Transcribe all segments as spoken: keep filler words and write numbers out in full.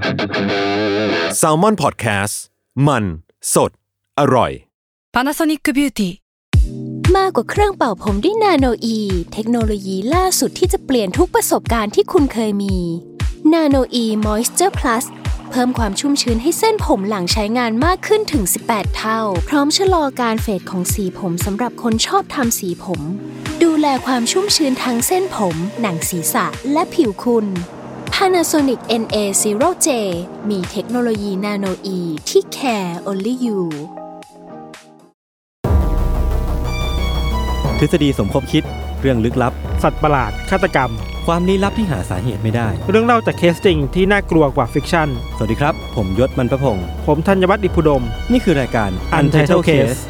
Salmon Podcast มันสดอร่อย Panasonic Beauty มากกว่าเครื่องเป่าผมด้วยนาโนอีเทคโนโลยีล่าสุดที่จะเปลี่ยนทุกประสบการณ์ที่คุณเคยมีนาโนอี Moisture Plus เพิ่มความชุ่มชื้นให้เส้นผมหลังใช้งานมากขึ้นถึงสิบแปดเท่าพร้อมชะลอการเฟดของสีผมสำหรับคนชอบทำสีผมดูแลความชุ่มชื้นทั้งเส้นผมหนังศีรษะและผิวคุณ Panasonic เอ็น เอ ศูนย์ เจ มีเทคโนโลยีนาโนอีที่ care only you ทฤษฎีสมคบคิดเรื่องลึกลับสัตว์ประหลาดฆาตกรรมความลี้ลับที่หาสาเหตุไม่ได้เรื่องเล่าจากเคสจริงที่น่ากลัวกว่าฟิกชั่นสวัสดีครับผมยศมันประพงษ์ผมธัญวัฒน์อิพุดมนี่คือรายการ Untitled Case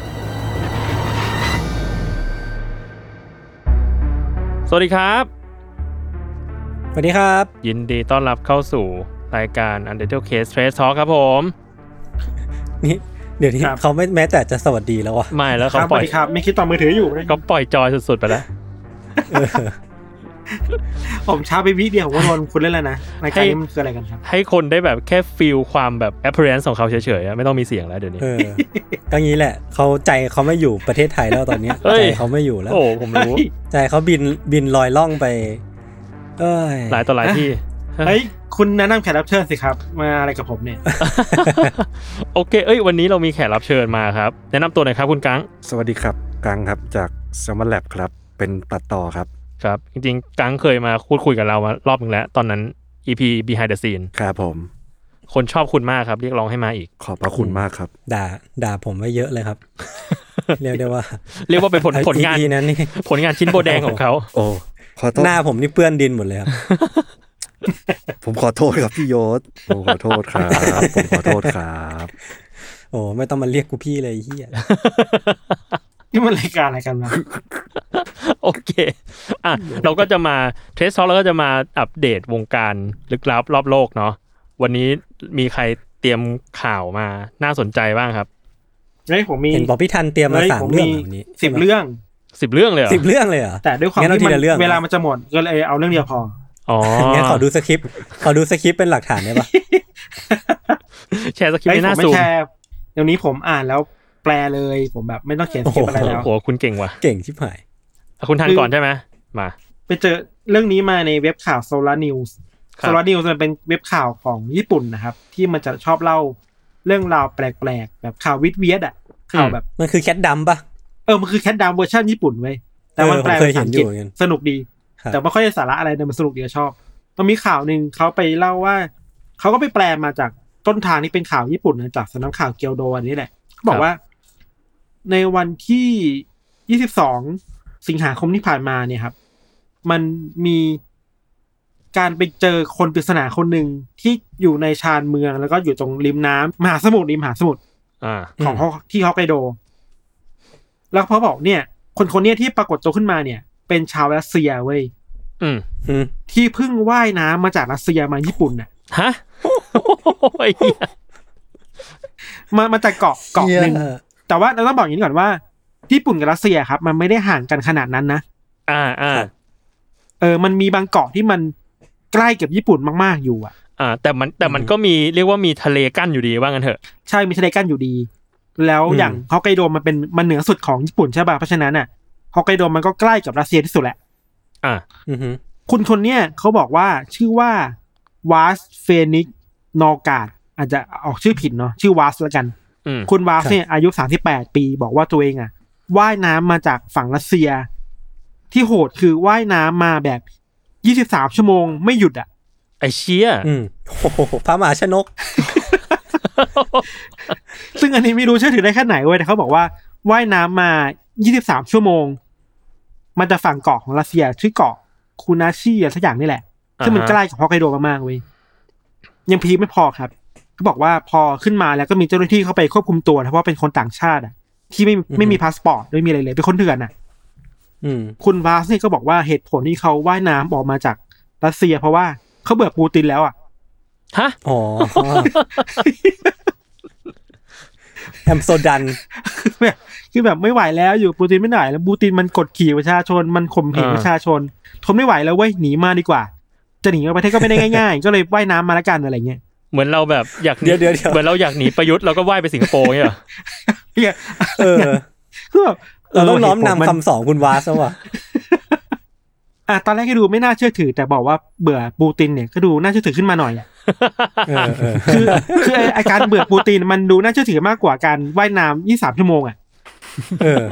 สวัสดีครับสวัสดีครับยินดีต้อนรับเข้าสู่รายการ Untitled Case Trace Talk ครับผมนี่เดี๋ยวนี้เขาไม่แม้แต่จะสวัสดีแล้วอ่ะไม่แล้วเขาปล่อยครับไม่คิดต่อมือถืออยู่เขาปล่อยจอยสุดๆไปแล้วผมช้าไปวิเดียวผมก็โดนคุณเล่นแล้วนะรายการนี้มันคืออะไรกันครับให้คนได้แบบแค่ฟีลความแบบ appearance ของเขาเฉยๆไม่ต้องมีเสียงแล้วเดี๋ยวนี้เออก็งี้แหละเขาใจเขาไม่อยู่ประเทศไทยแล้วตอนนี้ใจเขาไม่อยู่แล้วโอ้ผมรู้ใจเขาบินบินลอยล่องไปเอ้ยหลายต่อหลายที่เฮ้ยคุณแนะนำแขกรับเชิญสิครับมาอะไรกับผมเนี่ยโอเคเอ้ยวันนี้เรามีแขกรับเชิญมาครับแนะนำตัวหน่อยครับคุณกังสวัสดีครับกังครับจาก Salmon Lab ครับเป็นตัดต่อครับครับจริงๆกังเคยมาพูดคุยกับเรามารอบนึงแล้วตอนนั้น อี พี Behind the Scene ครับผมคนชอบคุณมากครับเรียกร้องให้มาอีกขอบพระคุณมากครับด่าด่าผมไว้เยอะเลยครับเรียกได้ว่าเรียกว่าเป็นผลผลงานนั้นนี่ผลงานชิ้นโบแดงของเขาโอ้ขอโทษหน้าผมนี่เปื้อนดินหมดเลยครับผมขอโทษครับพี่ยศผมขอโทษครับผมขอโทษครับโอ้ไม่ต้องมาเรียกกูพี่เลยเหี้ยนี่มันรายการอะไรกันวะโอเคอ่ะเราก็จะมาเทสซอลแล้วก็จะมาอัปเดตวงการลึกลับรอบโลกเนาะวันนี้มีใครเตรียมข่าวมาน่าสนใจบ้างครับเฮ้ยผมมีเห็นบอกพี่ทันเตรียมมาสามเรื่องวันนี้สิบเรื่องสิบเรื่องเลยเหรอสิบเรื่องเลยเหรอแต่ด้วยความที่เวลามันจะหมดก็เลยเอาเรื่องเดียวพออ๋องั้นขอดูสคริปต์ขอดูสคริปต์เป็นหลักฐานได้ป่ะแชร์สคริปต์ในหน้าซูมเดี๋ยวนี้ผมอ่านแล้วแปลเลยผมแบบไม่ต้องเขียนสคริปต์อะไรแล้วโอ้โหคุณเก่งว่ะเก่งชิบหายคุณทันก่อนใช่ไหมมาไปเจอเรื่องนี้มาในเว็บข่าว Solar News Solar News มันเป็นเว็บข่าวของญี่ปุ่นนะครับที่มันจะชอบเล่าเรื่องราวแปลกๆแบบข่าววิทย์เวียดอ่ะข่าวแบบมันคือแคทดำป่ะเออมันคือแคทดำเวอร์ชันญี่ปุ่นเว้ยแต่มันแปลเป็นภาษาอังกฤษสนุกดีแต่ไม่ค่อยได้สาระอะไรแต่มันสนุกดีชอบมันมีข่าวนึงเขาไปเล่าว่าเขาก็ไปแปลมาจากต้นทางที่เป็นข่าวญี่ปุ่นจากสำนักข่าวเกียวโดอันนี้แหละเขาบอกว่าในวันที่ยี่สิบสองสิงหาคมที่ผ่านมาเนี่ยครับมันมีการไปเจอคนปริศนาคนหนึ่งที่อยู่ในชานเมืองแล้วก็อยู่ตรงริมน้ำมหาสมุทรริมมหาสมุทรของที่ฮอกไกโดแล้วเขาบอกเนี่ยคนคนนี้ที่ปรากฏตัวขึ้นมาเนี่ยเป็นชาวรัสเซียเว้ยที่เพิ่งว่ายน้ำมาจากรัสเซียมาญี่ปุ่นน่ะฮะมามาจากเกาะเกาะนึงแต่ว่าเราต้องบอกอย่างนี้ก่อนว่าญี่ปุ่นกับรัสเซียครับมันไม่ได้ห่างกันขนาดนั้นนะอ่าอ่าเออมันมีบางเกาะที่มันใกล้กับญี่ปุ่นมากๆอยู่อ่ะอ่าแต่มันแต่มันก็มีเรียกว่ามีทะเลกั้นอยู่ดีว่างั้นเถอะใช่มีทะเลกั้นอยู่ดีแล้วอย่างฮอกไกโดมันเป็นมันเหนือสุดของญี่ปุ่นใช่ป่ะเพราะฉะนั้นน่ะฮอกไกโดมันก็ใกล้กับรัสเซียที่สุดแหละอ่าคุณคนเนี้ยเขาบอกว่าชื่อว่าวาสเฟนิกนอกาดอาจจะออกชื่อผิดเนาะชื่อวาสแล้วกันคุณวาสเนี่ยอายุสามสิบแปดปีบอกว่าตัวเองอ่ะว่ายน้ำมาจากฝั่งรัสเซียที่โหดคือว่ายน้ำมาแบบยี่สิบสามชั่วโมงไม่หยุดอ่ะไอเชี่ยอืมโอ้โหพระมหาชนกซึ่งอันนี้ไม่รู้เชื่อถือได้แค่ไหนเว้ยแต่เขาบอกว่าว่ายน้ำมายี่สิบสามชั่วโมงมันจะฝั่งเกาะของรัสเซียชื่อเกาะคูนาชิอะไรสักอย่างนี่แหละซึ่งมันใกล้กับฮอกไกโดมากๆเว้ยยังพีไม่พอครับเขาบอกว่าพอขึ้นมาแล้วก็มีเจ้าหน้าที่เข้าไปควบคุมตัวเพราะว่าเป็นคนต่างชาติอ่ะที่ไม่ไม่มีพาสปอร์ตไม่มีอะไรเลยเป็นคนเถื่อนอ่ะคุณวาสเนี่ยก็บอกว่าเหตุผลที่เขาว่ายน้ำออกมาจากรัสเซียเพราะว่าเขาเบื่อปูตินแล้วอ่ะฮะอ๋อแอมโซดันคือแบบไม่ไหวแล้วอยู่ปูตินไม่ไหวแล้วปูตินมันกดขี่ประชาชนมันข่มเหงประชาชนทนไม่ไหวแล้วเว้ยหนีมาดีกว่าจะหนีไปประเทศก็ไม่ได้ง่ายๆก็เลยว่ายน้ำมาละกันอะไรเงี้ยเหมือนเราแบบอยากเดี๋ยวเดี๋ยวเหมือนเราอยากหนีประยุทธ์เราก็ว่ายไปสิงคโปร์เนี่ยเออคือแบบเราต้องน้อมนำคำสอนคุณวาสว่ะอ่ะตอนแรกก็ดูไม่น่าเชื่อถือแต่บอกว่าเบื่อปูตินเนี่ยก็ดูน่าเชื่อถือขึ้นมาหน่อยอ่ะคือคือไอ้การเบื่อปูตินมันดูน่าเชื่อถือมากกว่าการว่ายน้ำยี่สิบสามชั่วโมงอ่ะเออ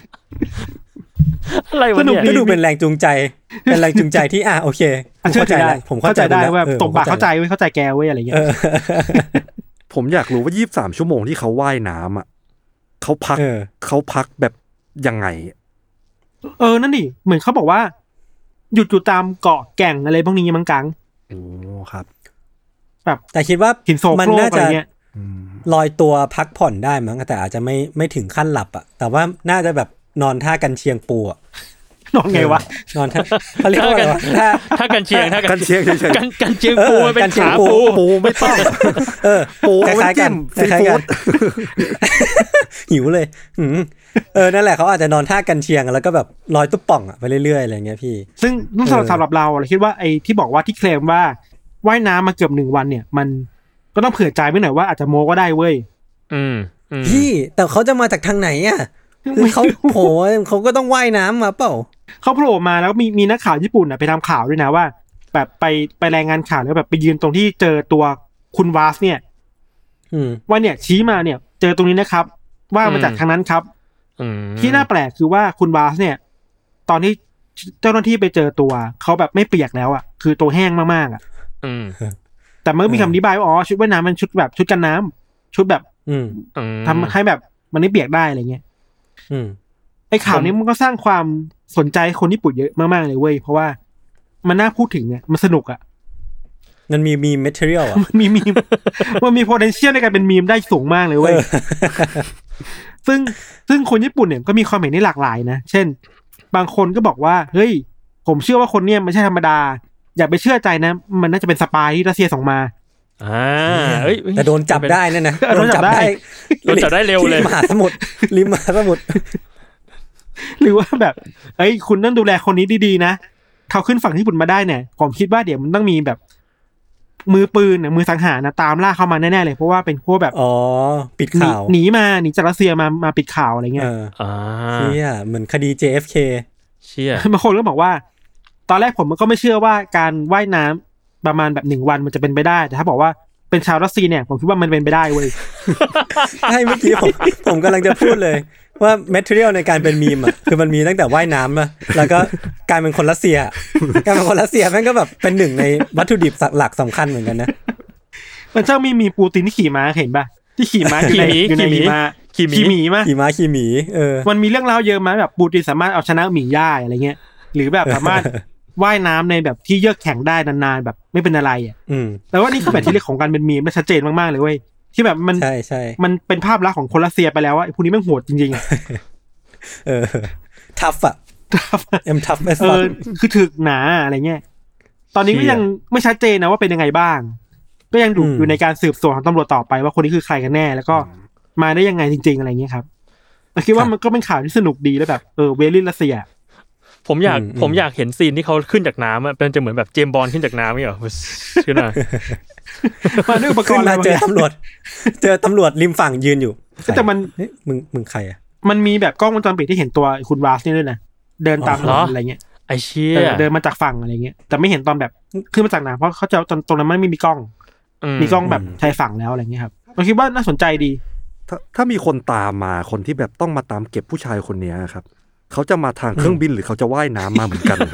อะไรวะเนี่ยก็ดูเป็นแรงจูงใจเป็นแรงจูงใจที่อ่ะโอเคผมเข้าใจได้ผมเข้าใจได้ว่าตรงปากเข้าใจเว้ยเข้าใจแกเว้ยอะไรเงี้ยผมอยากรู้ว่ายี่สิบสามชั่วโมงที่เขาว่ายน้ำอ่ะเขาพักเขาพักแบบยังไงเออนั่นดิเหมือนเขาบอกว่าหยุดอยู่ตามเกาะแก่งอะไรพวกนี้มั้งกังโอ้ครับแบบแต่คิดว่ามันน่าจะลอยตัวพักผ่อนได้มั้งแต่อาจจะไม่ไม่ถึงขั้นหลับอ่ะแต่ว่าน่าจะแบบนอนท่ากันเชียงปูอ่ะนอนไงวะนอนท่าเขาเรียกว่าอะไรวะท่าท่ากันเชียงท่ากันเชียงเฉยๆกันกันเชียงปูมันเป็นขาปูปูไม่ต้องเออปูคล้ายๆกันคล้ายๆกันหิวเลยเออนั่นแหละเขาอาจจะนอนท่ากันเชียงแล้วก็แบบลอยตุ๊บป่องอ่ะไปเรื่อยๆอะไรเงี้ยพี่ซึ่งสำหรับสำหรับเราเราคิดว่าไอ้ที่บอกว่าที่เคลมว่าว่ายน้ำมาเกือบหนึ่งวันเนี่ยมันก็ต้องเผื่อใจไว้หน่อยว่าอาจจะโมก็ได้เว้ยอืมพี่แต่เขาจะมาจากทางไหนอ่ะคือเขาโผล่เขาก็ต้องว่ายน้ำมาเปล่าเขาโผล่มาแล้วมีมีนักข่าวญี่ปุ่นอ่ะไปทำข่าวด้วยนะว่าแบบไปไปรายงานข่าวแล้วแบบไปยืนตรงที่เจอตัวคุณวาสเนี่ยว่าเนี่ยชี้มาเนี่ยเจอตรงนี้นะครับว่ามาจากทางนั้นครับที่น่าแปลกคือว่าคุณวาสเนี่ยตอนที่เจ้าหน้าที่ไปเจอตัวเขาแบบไม่เปียกแล้วอ่ะคือตัวแห้งมากๆอ่ะแต่เมื่อมีคำอธิบายว่าอ๋อชุดว่ายน้ำมันชุดแบบชุดกันน้ำชุดแบบทำให้แบบมันไม่เปียกได้อะไรเงี้ยไอ้ข่าวนี้มันก็สร้างความสนใจคนญี่ปุ่นเยอะมากๆเลยเว้ยเพราะว่ามันน่าพูดถึงอ่ะมันสนุกอ่ะมันมีมี material อ่ะมันมีมีมันมี potential ในการเป็นมีมได้สูงมากเลยเว้ยซึ่งซึ่งคนญี่ปุ่นเนี่ยก็มีความเห็นที่หลากหลายนะเช่นบางคนก็บอกว่าเฮ้ยผมเชื่อว่าคนเนี่ยไม่ใช่ธรรมดาอย่าไปเชื่อใจนะมันน่าจะเป็นสปายที่รัสเซียส่งมาอ่าเฮ้ยแต่โดนจับได้นั่นนะโดนจับได้โดนจับได้เร็วเลยมหาสมุทรริมมหาสมุทรหรือว่าแบบเอ้ยคุณต้องดูแลคนนี้ดีๆนะเขาขึ้นฝั่งญี่ปุ่นมาได้เนี่ยผมคิดว่าเดี๋ยวมันต้องมีแบบมือปืนน่ะมือสังหารนะตามล่าเข้ามาแน่ๆเลยเพราะว่าเป็นพวกแบบอ๋อปิดข่าวหนีมาหนีจากรัสเซียมามาปิดข่าวอะไรเงี้ยอ่าเชี่ยเหมือนคดี เจ เอฟ เคเชี่ยบางคนก็บอกว่าตอนแรกผมก็ไม่เชื่อว่าการว่ายน้ำประมาณแบบหนึ่งวันมันจะเป็นไปได้แต่ถ้าบอกว่าเป็นชาวรัสเซียเนี่ยผมคิดว่ามันเป็นไปได้เว้ยใช่เมื่อกี้ผมผมกำลังจะพูดเลยว่าแมททีเรียลในการเป็นมีมอ่ะคือมันมีตั้งแต่ว่ายน้ำมาแล้วก็การเป็นคนรัสเซียการเป็นคนรัสเซียแม่งก็แบบเป็นหนึ่งในวัตถุดิบหลักสำคัญเหมือนกันนะมันเจ้ามีมีปูตินที่ขี่ม้าเห็นป่ะที่ขี่ม้าอยู่ในอยู่ในม้าขี่หมีมาขี่ม้าขี่หมีเออมันมีเรื่องเล่าเยอะมั้ยแบบปูตินสามารถเอาชนะหมีได้อะไรเงี้ยหรือแบบสามารถว่ายน้ำในแบบที่เยือกแข็งได้นานๆแบบไม่เป็นอะไรอ่ะแต่ว่านี่คือแบบที่เรียกของการเป็นมีมได้ชัดเจนมากๆเลยเว้ยที่แบบมันใช่ใช่มันเป็นภาพลักษณ์ของคนรัสเซียไปแล้วว่าไอ้พวกนี้แม่งโหดจริงๆอ่ะเออทัฟอ่ะทัฟเอ็มทัฟเออคือถึกหนาอะไรเงี้ยตอนนี้ก็ยังไม่ชัดเจนนะว่าเป็นยังไงบ้างก็ยังอยู่อยู่ในการสืบสวนของตำรวจต่อไปว่าคนนี้คือใครกันแน่แล้วก็มาได้ยังไงจริงๆอะไรเงี้ยครับแต่คิดว่ามันก็เป็นข่าวที่สนุกดีแล้วแบบเออเวลินรัสเซียผมอยากผมอยากเห็นซีนที่เขาขึ้นจากน้ำอ่ะเป็นจะเหมือนแบบเจมส์บอนด์ขึ้นจากน้ำนี่เหรอขึ้นมามาด้วยอุปกรณ์มาเจอตำรวจเจอตำรวจริมฝั่งยืนอยู่แต่มันมึงมึงใครอ่ะมันมีแบบกล้องวงจรปิดที่เห็นตัวคุณวาสนี่ด้วยนะเดินตามถนนอะไรเงี้ยไอ้เชี่ยเดินมาจากฝั่งอะไรเงี้ยแต่ไม่เห็นตอนแบบขึ้นมาจากน้ำเพราะเขาจะตรงนั้นไม่มีกล้องมีกล้องแบบชายฝั่งแล้วอะไรเงี้ยครับเราคิดว่าน่าสนใจดีถ้าถ้ามีคนตามมาคนที่แบบต้องมาตามเก็บผู้ชายคนนี้ครับเขาจะมาทางเครื่องบินหรือเขาจะว่ายน้ำมาเหมือนกัน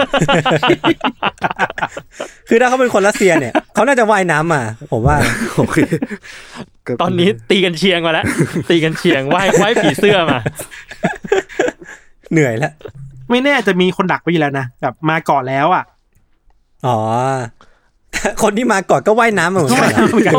คือถ้าเขาเป็นคนรัสเซียเนี่ยเขาน่าจะว่ายน้ำมาผมว่าโอเคตอนนี้ตีกันเชียงมาแล้วตีกันเชียงว่ายว่ายผีเสื้อมาเหนื่อยแล้วไม่แน่จะมีคนดักไว้อยู่แล้วนะแบบมาก่อนแล้วอ่ะอ๋อคนที่มาก่อนก็ว่ายน้ำมาเหมือนกัน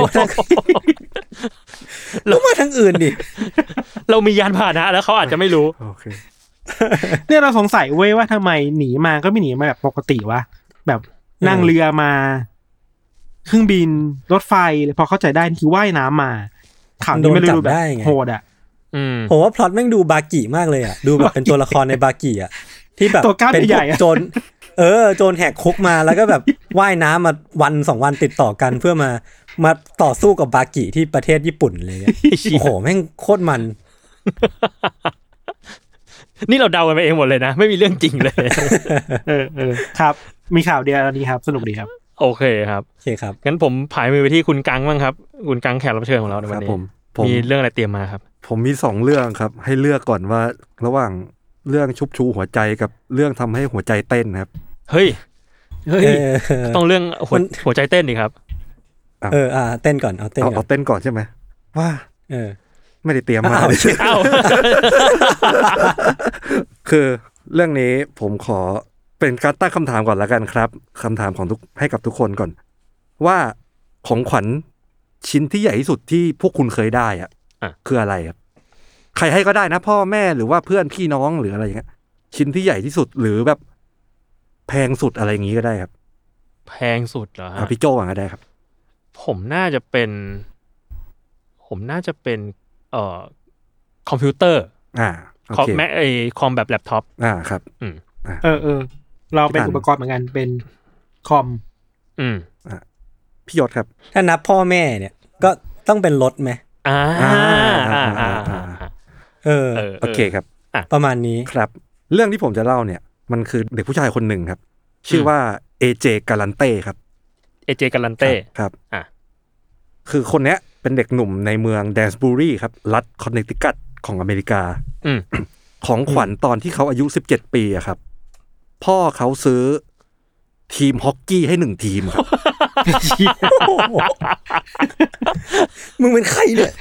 แล้วมาทางอื่นดิเรามียานพาหนะแล้วเขาอาจจะไม่รู้โอเคเนี่ยเราสงสัยเว้ยว่าทำไมหนีมาก็ไม่หนีมาแบบปกติวะแบบนั่งเรือมาเครื่องบินรถไฟเลยพอเข้าใจได้คือว่ายน้ำมาข่าวนี้ไม่รู้แบบโหดอ่ะผมว่าพล็อตแม่งดูบากิมากเลยอ่ะดูแบบเป็นตัวละครในบากิอ่ะที่แบบเป็นโจรเออโจรแหกคุกมาแล้วก็แบบว่ายน้ำมาวันสองวันติดต่อกันเพื่อมามาต่อสู้กับบากิที่ประเทศญี่ปุ่นเลยเนี่ยโอ้โหแม่งโคตรมันนี่เราเดากันไปเองหมดเลยนะไม่มีเรื่องจริงเลยเออเออครับมีข่าวเดียวนี้ครับสนุกดีครับโอเคครับโอเคครับงั้นผมผายมือไปที่คุณกังบ้างครับคุณกังแขกรับเชิญของเราในวันนี้มีเรื่องอะไรเตรียมมาครับผมมีสองเรื่องครับให้เลือกก่อนว่าระหว่างเรื่องชุบชูหัวใจกับเรื่องทำให้หัวใจเต้นครับเฮ้ยเฮ้ยต้องเรื่องหัวหัวใจเต้นดิครับเอออ่าเต้นก่อนเอาเต้นก่อนเอาเต้นก่อนใช่ไหมว่าเออไม่ได้เตรียมมาคือเรื่องนี้ผมขอเป็นการตั้งคำถามก่อนแล้วกันครับคำถามของทุกให้กับทุกคนก่อนว่าของขวัญชิ้นที่ใหญ่ที่สุดที่พวกคุณเคยได้อ่ะคืออะไรครับใครให้ก็ได้นะพ่อแม่หรือว่าเพื่อนพี่น้องหรืออะไรอย่างเงี้ยชิ้นที่ใหญ่ที่สุดหรือแบบแพงสุดอะไรอย่างงี้ก็ได้ครับแพงสุดเหรอฮะพี่โจ้ก็ได้ครับผมน่าจะเป็นผมน่าจะเป็นเอ่อคอมพิวเตอร์อ่าโอเคแม้ไอคอมแบบแล็ปท็อปอ่าครับอืมเออเออเราเป็นอุปกรณ์เหมือนกันเป็นคอมอืมอ่าพี่ยศครับถ้านับพ่อแม่เนี่ยก็ต้องเป็นรถไหมอ่าอ่าอ่าเออโอเคครับประมาณนี้ครับเรื่องที่ผมจะเล่าเนี่ยมันคือเด็กผู้ชายคนหนึ่งครับชื่อว่าเอเจกาลันเต้ครับเอเจกาลันเต้ครับอ่ะคือคนเนี้ยเป็นเด็กหนุ่มในเมืองแดนสบูรีครับรัฐคอนเนตทิคัตของอเมริกาของขวัญตอนที่เขาอายุสิบเจ็ดปีอะครับพ่อเขาซื้อทีมฮอกกี้ให้หนึ่งทีมครับมึงเป็นใครเนี่ย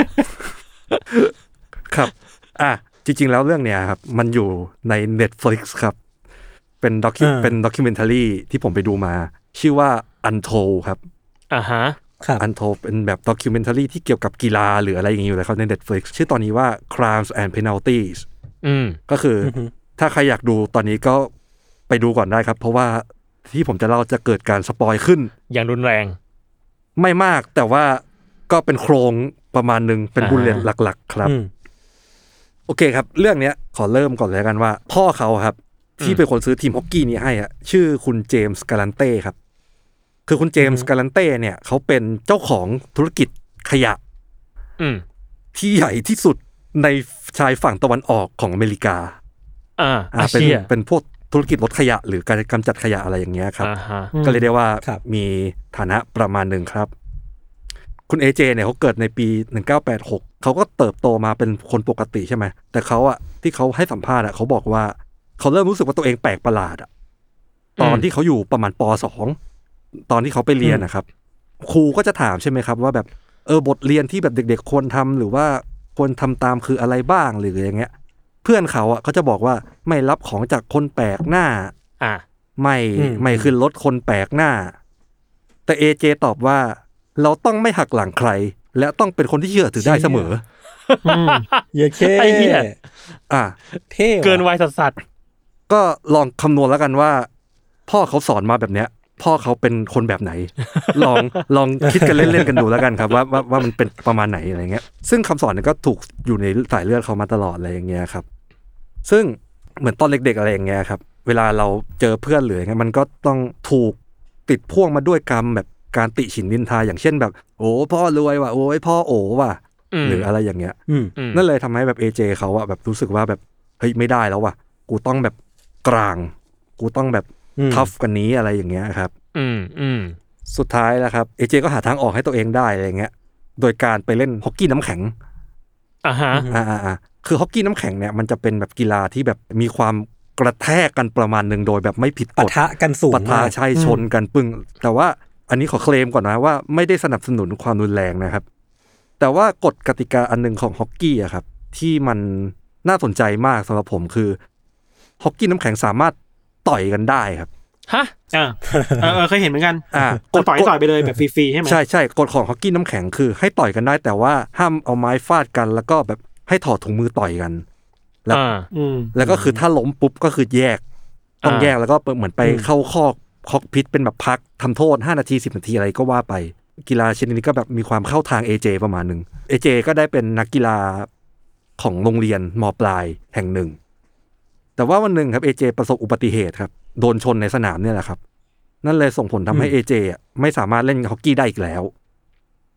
ครับอ่ะจริงๆแล้วเรื่องเนี้ยครับมันอยู่ใน Netflix ครับเป็นด็อกิเป็นด็อกิเมนทารีที่ผมไปดูมาชื่อว่า Untold ครับอ่าฮะ Untold เป็นแบบด็อกิเมนทารีที่เกี่ยวกับกีฬาหรืออะไรอย่างงี้อยู่แล้วครับใน Netflix ชื่อตอนนี้ว่า Crimes and Penalties อืมก็คือถ้าใครอยากดูตอนนี้ก็ไปดูก่อนได้ครับเพราะว่าที่ผมจะเล่าจะเกิดการสปอยขึ้นอย่างรุนแรงไม่มากแต่ว่าก็เป็นโครงประมาณนึงเป็นบุลเลตหลักๆครับโอเคครับเรื่องนี้ขอเริ่มก่อนเลยกันว่าพ่อเขาครับที่เป็นคนซื้อทีมฮอกกี้นี้ให้อ่ะชื่อคุณเจมส์กาลันเต้ครับคือคุณเจมส์กาลันเต้เนี่ยเขาเป็นเจ้าของธุรกิจขยะที่ใหญ่ที่สุดในชายฝั่งตะวันออกของอเมริกาอ่าอาเซียเป็นพวกธุรกิจรถขยะหรือการกำจัดขยะอะไรอย่างเงี้ยครับก็เลยได้ว่ามีฐานะประมาณหนึ่งครับคุณ เอ เจ เนี่ยเขาเกิดในปีหนึ่งเก้าแปดหกเขาก็เติบโตมาเป็นคนปกติใช่ไหมแต่เขาอะที่เขาให้สัมภาษณ์อะเขาบอกว่าเขาเริ่มรู้สึกว่าตัวเองแปลกประหลาดอะตอนที่เขาอยู่ประมาณป.สอง ตอนที่เขาไปเรียนนะครับครูก็จะถามใช่ไหมครับว่าแบบเออบทเรียนที่แบบเด็กๆควรทำหรือว่าควรทำตามคืออะไรบ้างหรืออย่างเงี้ยเพื่อนเขาอ่ะเขาจะบอกว่าไม่รับของจากคนแปลกหน้าอ่าไม่ไม่ขึ้นรถคนแปลกหน้าแต่ เอ เจ ตอบว่าเราต้องไม่หักหลังใครและต้องเป็นคนที่เชื่อถือได้เสมอเย้เท่อ่ะเท่เกินวัยสัสๆก็ลองคำนวณแล้วกันว่าพ่อเขาสอนมาแบบเนี้ยพ่อเขาเป็นคนแบบไหนลองลองคิดกันเล่นๆกันดูแล้วกันครับว่าว่าว่ามันเป็นประมาณไหนอะไรเงี้ยซึ่งคำสอนเนี่ยก็ถูกอยู่ในสายเลือดเขามาตลอดอะไรอย่างเงี้ยครับซึ่งเหมือนตอนเด็กๆอะไรอย่างเงี้ยครับเวลาเราเจอเพื่อนหรืออย่างเงี้ยมันก็ต้องถูกติดพ่วงมาด้วยกรรมแบบการติฉินนินทาอย่างเช่นแบบโอ้พ่อรวยว่ะโอ้ยพ่อโอ๋ว่ะหรืออะไรอย่างเงี้ยนั่นเลยทำให้แบบ เอ เจ เขาอะแบบรู้สึกว่าแบบเฮ้ยไม่ได้แล้วว่ะกูต้องแบบกลางกูต้องแบบทัฟกันนี้อะไรอย่างเงี้ยครับอืมอืมสุดท้ายแล้วครับ เอ เจ ก็หาทางออกให้ตัวเองได้อะไรเงี้ยโดยการไปเล่นฮอกกี้น้ำแข็งอ่าฮะอ่าอ่าคือฮอกกี้น้ำแข็งเนี่ยมันจะเป็นแบบกีฬาที่แบบมีความกระแทกกันประมาณนึงโดยแบบไม่ผิดกฎปะทะกันสูงปะทะใช่ชนกันปึ้งแต่ว่าอันนี้ขอเคลมก่อนนะว่าไม่ได้สนับสนุนความรุนแรงนะครับแต่ว่ากฎกติกาอันนึงของฮอกกี้อะครับที่มันน่าสนใจมากสำหรับผมคือฮอกกี้น้ำแข็งสามารถต่อยกันได้ครับฮะอ่าเออเคยเห็นเหมือนกันอ่ากดต่อยต่อยไปเลยแบบฟรีๆใช่ไหมใช่ใช่กฎของฮอกกี้น้ำแข็งคือให้ต่อยกันได้แต่ว่าห้ามเอาไม้ฟาดกันแล้วก็แบบให้ถอดถุงมือต่อยกันแล้วแล้วก็คือถ้าล้มปุ๊บก็คือแยกต้องแยกแล้วก็เหมือนไปเข้าคอกคอกพิษเป็นแบบพักทำโทษห้านาทีสิบนาทีอะไรก็ว่าไปกีฬาชนิดนี้ก็แบบมีความเข้าทาง เอ เจ ประมาณนึง เอ เจ ก็ได้เป็นนักกีฬาของโรงเรียนม.ปลายแห่งหนึ่งแต่ว่าวันนึงครับ เอ เจ ประสบอุบัติเหตุครับโดนชนในสนามเนี่ยแหละครับนั่นเลยส่งผลทำให้ เอ เจ อ่ะไม่สามารถเล่นฮอกกี้ได้อีกแล้ว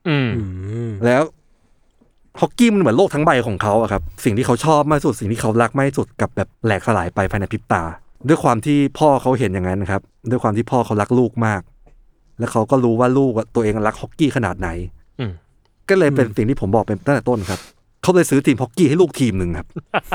อืมแล้วฮอกกี้มันเหมือนโลกทั้งใบของเขาอะครับสิ่งที่เขาชอบมากสุดสิ่งที่เขารักมากที่สุดกับแบบแหลกสลายไปภายในพริบตาด้วยความที่พ่อเขาเห็นอย่างนั้นนะครับด้วยความที่พ่อเขารักลูกมากแล้วเขาก็รู้ว่าลูกตัวเองรักฮอกกี้ขนาดไหนก็เลยเป็นสิ่งที่ผมบอกเป็นตั้งแต่ต้นครับเขาเลยซื้อทีมฮอกกี้ให้ลูกทีมหนึ่งครับ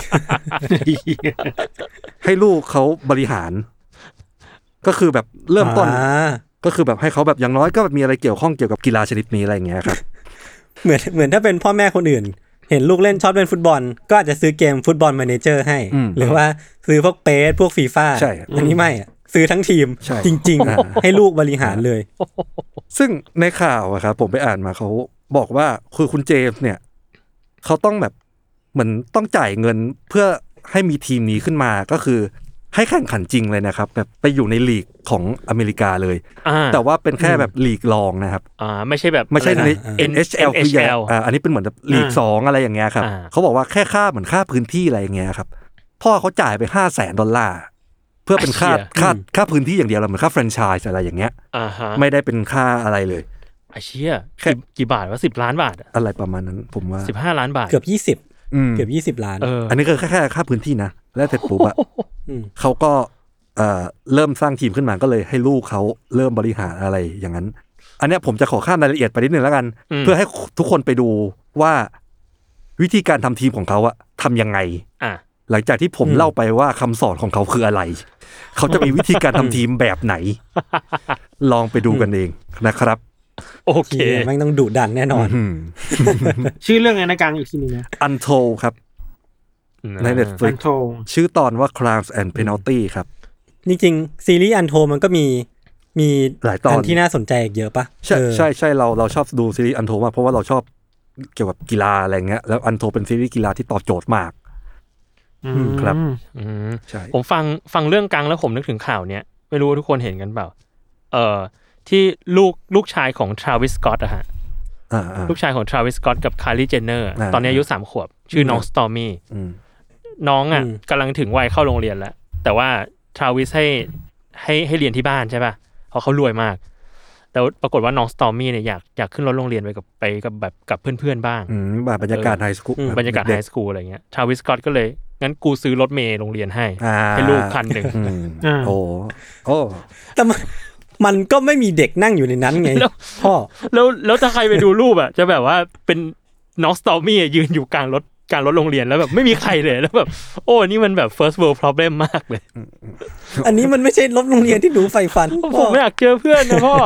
ให้ลูกเขาบริหารก็คือแบบเริ่มต้นก็คือแบบให้เขาแบบอย่างน้อยก็แบบมีอะไรเกี่ยวข้องเกี่ยวกับกีฬาชนิดนี้อะไรอย่างเงี้ยครับเหมือนเหมือนถ้าเป็นพ่อแม่คนอื่นเห็นลูกเล่นชอบเล่นฟุตบอลก็อาจจะซื้อเกมฟุตบอลแมเนเจอร์ให้หรือว่าซื้อพวกเปสพวกฟีฟ่าอันนี้ไม่อ่ะซื้อทั้งทีมจริงๆให้ลูกบริหารเลยซึ่งในข่าวอะครับผมไปอ่านมาเขาบอกว่าคือคุณเจมส์เนี่ยเขาต้องแบบเหมือนต้องจ่ายเงินเพื่อให้มีทีมนี้ขึ้นมาก็คือให้แข่งขันจริงเลยนะครับแบบไปอยู่ในลีกของอเมริกาเลยแต่ว่าเป็นแค่แบบลีกรองนะครับอ่าไม่ใช่แบบไม่ใช่ใน เอ็น เอช แอล คืออ่าอันนี้เป็นเหมือนลีกสองอะไรอย่างเงี้ยครับเขาบอกว่าแค่ค่าเหมือนค่าพื้นที่อะไรอย่างเงี้ยครับพ่อเขาจ่ายไปห้าแสนดอลลาร์เพื่อเป็นค่าค่าค่าพื้นที่อย่างเดียวเหมือนค่าแฟรนไชส์อะไรอย่างเงี้ยไม่ได้เป็นค่าอะไรเลยไอ้เชี่ยกี่บาทวะสิบล้านบาทอะไรประมาณนั้นผมว่าสิบห้าล้านบาทเกือบยี่สิบเกือบยี่สิบล้านอันนี้ก็แค่แค่ค่าพื้นที่นะแล้วเสร็จปุ๊บอ่ะเขาก็เอ่อเริ่มสร้างทีมขึ้นมาก็เลยให้ลูกเขาเริ่มบริหารอะไรอย่างนั้นอันนี้ผมจะขอข้ามรายละเอียดไปนิดนึงแล้วกันเพื่อให้ทุกคนไปดูว่าวิธีการทำทีมของเขาอะทำยังไงหลังจากที่ผมเล่าไปว่าคำสอนของเขาคืออะไรเขาจะมีวิธีการทำทีมแบบไหนลองไปดูกันเองนะครับโอเคไม่ต้องดุดันแน่นอนชื่อเรื่องไงนะกลางอีกทีนึงนะ Untold ครับใน Netflix ชื่อตอนว่า Crimes and Penalty ครับจริงๆซีรีส์ Untold มันก็มีมีหลายตอนที่น่าสนใจอีกเยอะปะใช่ใช่ใช่เราเราชอบดูซีรีส์ Untold มากเพราะว่าเราชอบเกี่ยวกับกีฬาอะไรเงี้ยแล้ว Untold เป็นซีรีส์กีฬาที่ตอบโจทย์มากครับใช่ผมฟังฟังเรื่องกังแล้วผมนึกถึงข่าวเนี้ยไม่รู้ว่าทุกคนเห็นกันเปล่าเอ่อที่ลูกลูกชายของ Travis Scott อะฮะลูกชายของ Travis Scott กับ Kylie Jenner ตอนนี้อายุสามขวบชื่อน้อง Stormy น้องอ่ะกำลังถึงวัยเข้าโรงเรียนแล้วแต่ว่า Travis ให้ให้ให้เรียนที่บ้านใช่ป่ะเพราะเขารวยมากแต่ปรากฏว่าน้อง Stormy เนี่ยอยากอยากขึ้นรถโรงเรียนไปกับไปกับแบบกับเพื่อนๆบ้างบรรยากาศไฮสคูลบรรยากาศไฮสคูลอะไรเงี้ย Travis Scott ก็เลยงั้นกูซื้อรถเมล์โรงเรียนให้ให้ลูกคันนึงโอ้โอ้แต่มันก็ไม่มีเด็กนั่งอยู่ในนั้นไงพ่อแล้วแล้วถ้าใครไปดูรูปอ่ะจะแบบว่าเป็นน้อง Stormy ยืนอยู่กลางรถกลางรถโรงเรียนแล้วแบบไม่มีใครเลยแล้วแบบโอ้นี่มันแบบ first world problem มากเลยอันนี้มันไม่ใช่รถโรงเรียนที่หนูใฝ่ฝันผมไม่อยากเจอเพื่อนนะพ่อ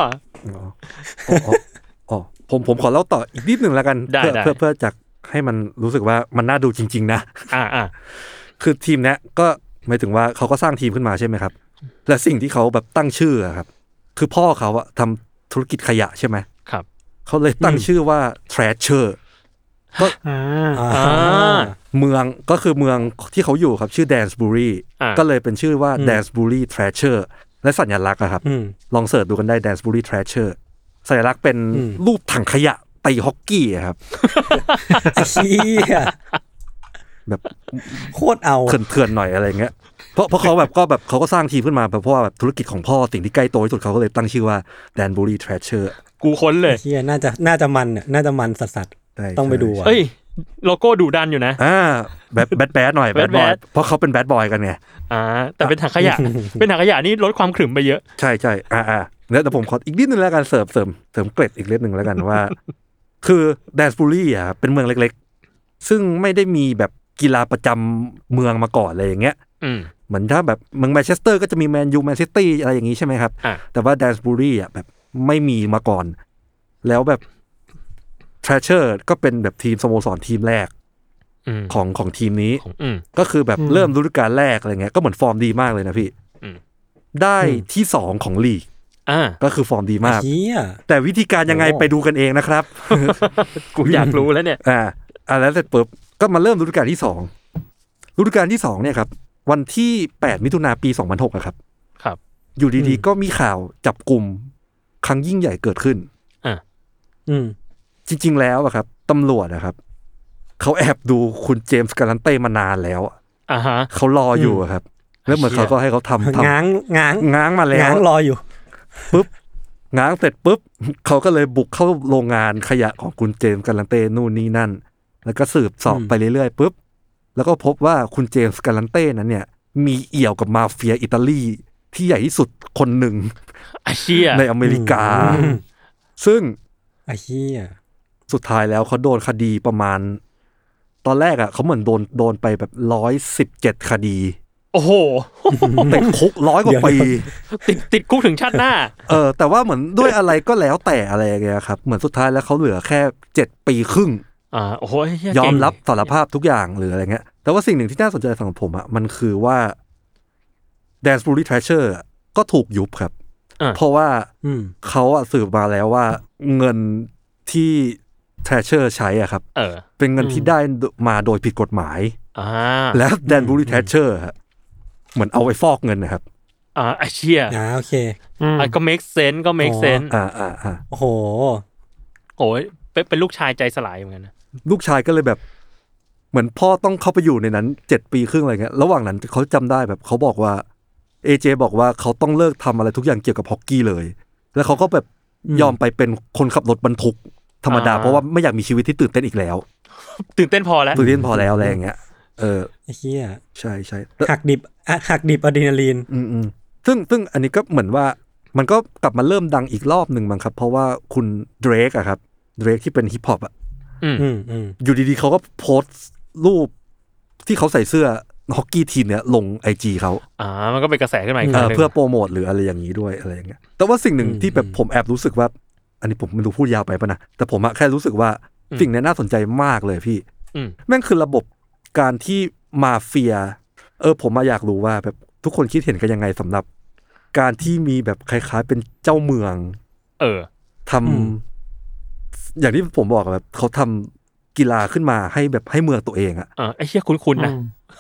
อ๋อผมผมขอเล่าต่ออีกนิดนึงแล้วกันเพื่อเพื่อเพื่อจากให้มันรู้สึกว่ามันน่าดูจริงๆนะอ่าอ่าคือทีมเนี้ยก็หมายถึงว่าเขาก็สร้างทีมขึ้นมาใช่ไหมครับและสิ่งที่เขาแบบตั้งชื่อครับคือพ่อเขาอะทำธุรกิจขยะใช่ไหมครับเขาเลยตั้งชื่อว่า Thrasher ก็เมืองก็คือเมืองที่เขาอยู่ครับชื่อ Dancebury ก็เลยเป็นชื่อว่า Dancebury Thrasher และสัญลักษณ์อะครับลองเสิร์ชดูกันได้ Dancebury Thrasher สัญลักษณ์เป็นรูปถังขยะตีฮอกกี้ครับเชี่ยแบบโคตรเอาเถื่อนๆหน่อยอะไรเงี้ยเพราะเพราะเขาแบบก็แบบเขาก็สร้างทีมขึ้นมาเพราะว่าแบบธุรกิจของพ่อสิ่งที่ใกล้ตัวที่สุดเขาก็เลยตั้งชื่อว่า Dancebury Thrasher กูค้นเลยเชี่ยน่าจะน่าจะมันน่ะน่าจะมันสัสๆต้องไปดูอ่ะเอ้ยโลโก้ดุดันอยู่นะอ่าแบบแบดแบดหน่อยแบดบอยเพราะเขาเป็นแบดบอยกันไงอ่าแต่เป็นถังขยะเป็นถังขยะนี่ลดความขรึมไปเยอะใช่ๆอ่าๆแล้วแต่ผมขออีกนิดนึงแล้วกันเสริมเสริมเสริมเกร็ดอีกเล็กนึงแล้วกันว่าคือ Dancebury อ่ะเป็นเมืองเล็กๆซึ่งไม่ได้มีแบบกีฬาประจำเมืองมาก่อนอะไรอย่างเงี้ยเหมือนถ้าแบบเมืองแมนเชสเตอร์ก็จะมีแมนยูแมนซิตี้อะไรอย่างงี้ใช่ไหมครับแต่ว่า Dancebury อ่ะแบบไม่มีมาก่อนแล้วแบบ Thrasher ก็เป็นแบบทีมสโมสรทีมแรกของของทีมนี้ก็คือแบบเริ่มฤดูกาลแรกอะไรเงี้ยก็เหมือนฟอร์มดีมากเลยนะพี่ได้ที่สองของลีกก็คือฟอร์มดีมากแต่วิธีการยังไงไปดูกันเองนะครับกูอยากรู้แล้วเนี่ยอ่าอ่าแล้วเสร็จปุ๊บก็มาเริ่มฤดูกาลที่สองฤดูกาลที่สองเนี่ยครับวันที่แปดมิถุนายนปีสองพันหกอ่ะครับครับอยู่ดีๆก็มีข่าวจับกลุ่มครั้งยิ่งใหญ่เกิดขึ้นอ่าอืมจริงๆแล้วอะครับตำรวจอะครับเขาแอบดูคุณเจมส์การันเต้มานานแล้วอ่าฮะเขารออยู่ครับแล้วเหมือนเขาก็ให้เขาทำง้างง้างง้างมาแล้วง้างรออยู่ปุ๊บง้างเสร็จปุ๊บเขาก็เลยบุกเข้าโรงงานขยะของคุณเจมส์การันเต้นู่นนี่นั่นแล้วก็สืบสอบไปเรื่อยๆปุ๊บแล้วก็พบว่าคุณเจมส์การันเต้นั้นเนี่ยมีเอี่ยวกับมาเฟียอิตาลีที่ใหญ่ที่สุดคนหนึ่งในอเมริกาซึ่งไอ้เหี้ยสุดท้ายแล้วเขาโดนคดีประมาณตอนแรกอ่ะเขาเหมือนโดนโดนไปแบบร้อยสิบเจ็ดคดีโอ้โหติดคุกร้อยกว่าปีติดติดคุกถึงชาติหน้าเออแต่ว่าเหมือนด้วยอะไรก็แล้วแต่อะไรอย่างเงี้ยครับเหมือนสุดท้ายแล้วเขาเหลือแค่เจ็ดปีครึ่งอ่าโอ้โหยอมรับสารภาพทุกอย่างหรืออะไรเงี้ยแต่ว่าสิ่งหนึ่งที่น่าสนใจสำหรับผมอ่ะมันคือว่า Dansbury Treasure ก็ถูกยุบครับเพราะว่าเขาอ่ะสืบมาแล้วว่าเงินที่ Treasure ใช้อ่ะครับเออเป็นเงินที่ได้มาโดยผิดกฎหมายอ่าแล้ว Dansbury Treasure ฮะเหมือนเอาไว้ฟอกเงินนะครับอ่าไอ้เชี่ยอ่าโอเคอ่าก็ make sense ก็ make sense อ่าอ่าอ่าโอ้โหโอ้ยเป็นเป็นลูกชายใจสลายเหมือนกันนะลูกชายก็เลยแบบเหมือนพ่อต้องเข้าไปอยู่ในนั้นเจ็ดปีครึ่งอะไรเงี้ยระหว่างนั้นเขาจำได้แบบเขาบอกว่าเอเจบอกว่าเขาต้องเลิกทำอะไรทุกอย่างเกี่ยวกับฮอกกี้เลยแล้วเขาก็แบบยอมไปเป็นคนขับรถบรรทุกธรรมดาเพราะว่าไม่อยากมีชีวิตที่ตื่นเต้นอีกแล้วตื่นเต้นพอแล้วตื่นเต้นพอแล้วอะไรอย่างเงี้ยเออไอ้เหี้ยใช่ใช่หักดิบหักดิบอะดรีนาลีนอืมอืมซึ่งซึ่งอันนี้ก็เหมือนว่ามันก็กลับมาเริ่มดังอีกรอบหนึ่งมั้งครับเพราะว่าคุณเดรกอะครับเดรกที่เป็นฮิปฮอปอะอืมอืมอยู่ดีๆเขาก็โพสต์รูปที่เขาใส่เสื้อฮอกกี้ทีมเนี้ยลง ไอ จี เขาอ่ามันก็เป็นกระแสขึ้นมาอีกครั้งนึงเพื่อโปรโมทหรืออะไรอย่างนี้ด้วยอะไรอย่างเงี้ยแต่ว่าสิ่งหนึ่งที่แบบผมแอบรู้สึกว่าอันนี้ผมไม่รู้พูดยาวไปป่ะนะแต่ผมอะแค่รู้สึกว่าสิ่งนี้น่าสนใจมากเลยพี่แม่งคือระบบการที่มาเฟียเออผมมาอยากรู้ว่าแบบทุกคนคิดเห็นกันยังไงสำหรับการที่มีแบบคล้ายๆเป็นเจ้าเมืองเออทำอย่างที่ผมบอกแบบเขาทำกีฬาขึ้นมาให้แบบให้เมืองตัวเองอ่ะเออไอ้เชี่ยคุ้นๆนะ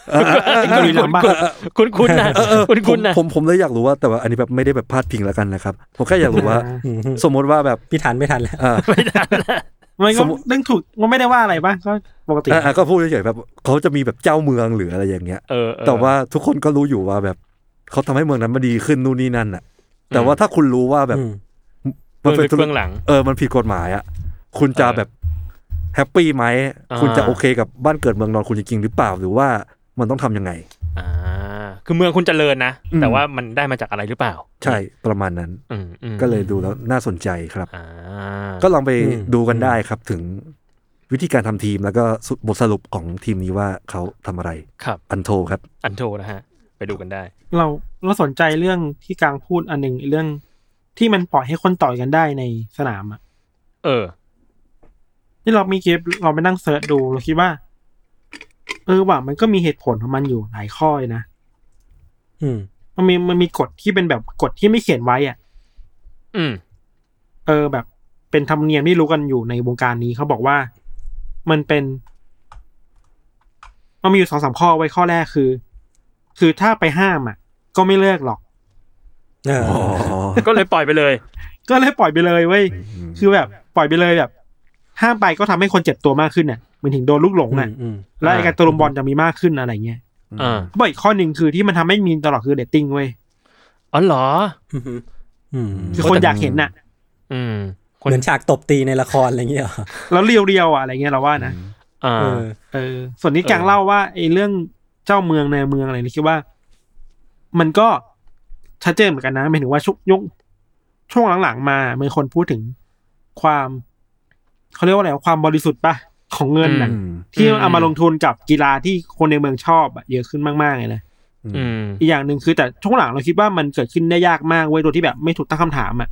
คุ้นๆนะคุ้นๆนะผมผมเลยอยากรู้ว่าแต่ว่าอันนี้แบบไม่ได้แบบพาดพิงแล้วกันนะครับผมแค่อยากรู้ว่าสมมติว่าแบบพี่ทันไม่ทันแล้วไม่ทันแล้วมันก็เรื่องถูกมันไม่ได้ว่าอะไรป่ะก็ปกติอ่ะก็พูดเฉยๆแบบเขาจะมีแบบเจ้าเมืองหรืออะไรอย่างเงี้ยแต่ว่าทุกคนก็รู้อยู่ว่าแบบเขาทำให้เมืองนั้นมันดีขึ้นนู่นนี่นั่นอ่ะแต่ว่าถ้าคุณรู้ว่าแบบมันเป็นเบื้องหลังเออมันผิดกฎหมายอ่ะคุณจะแบบแฮปปี้ไหมคุณจะโอเคกับบ้านเกิดเมืองนอนคุณจริงๆหรือเปล่าหรือว่ามันต้องทำยังไงอ่าคือเมืองคุณเจริญนะแต่ว่ามันได้มาจากอะไรหรือเปล่าใช่ประมาณนั้นก็เลยดูแล้วน่าสนใจครับก็ลองไปดูกันได้ครับถึงวิธีการทำทีมแล้วก็บทสรุปของทีมนี้ว่าเขาทำอะไรครับอันโทครับอันโทนะฮะไปดูกันได้เราเราสนใจเรื่องที่กลางพูดอันหนึ่งเรื่องที่มันปล่อยให้คนต่อยกันได้ในสนามอ่ะเออที่เรามีเกมเราไปนั่งเสิร์ชดูเราคิดว่าเออว่ามันก็มีเหตุผลของมันอยู่หลายข้อเลยนะอืมมันมีมันมีกฎที่เป็นแบบกฎที่ไม่เขียนไว้อ่ะอืมเออแบบเป็นธรรมเนียมที่รู้กันอยู่ในวงการนี้เขาบอกว่ามันเป็นมันมีอยู่สองสามข้อไว้ข้อแรกคือคือถ้าไปห้ามอ่ะก็ไม่เลิกหรอกก็เลยปล่อยไปเลยก็เลยปล่อยไปเลยเว้ยคือแบบปล่อยไปเลยแบบห้ามไปก็ทำให้คนเจ็บตัวมากขึ้นน่ะมันถึงโดนลูกหลงอ่ะแล้วไอ้การตะลุมบอลจะมีมากขึ้นอะไรเงี้ยอ่าบ่อีกข้อหนึ่งคือที่มันทำให้มีตลอดคือเรตติ้งเว้ยอ๋อเหรอคือคนอยากเห็นน่ะอืมเหมือนฉากตบตีในละครอะไรเงี้ยแล้วเรียวๆอ่ะอะไรเงี้ยเราว่านะอ่าเออส่วนนี้กางเล่าว่าไอ้เรื่องเจ้าเมืองในเมืองอะไรนี่คิดว่ามันก็ชัดเจนเหมือนกันนะหมายถึงว่าช่วงยุคช่วงหลังๆมามีคนพูดถึงความเขาเรียกว่าอะไรความบริสุทธิ์ป่ะของเงินน่ะที่เอามาลงทุนกับกีฬาที่คนในเมืองชอบอ่ะเยอะขึ้นมากๆเลยนะอีกอย่างหนึ่งคือแต่ช่วงหลังเราคิดว่ามันเกิดขึ้นได้ยากมากเว้ยโดยที่แบบไม่ถูกตั้งคำถามอ่ะ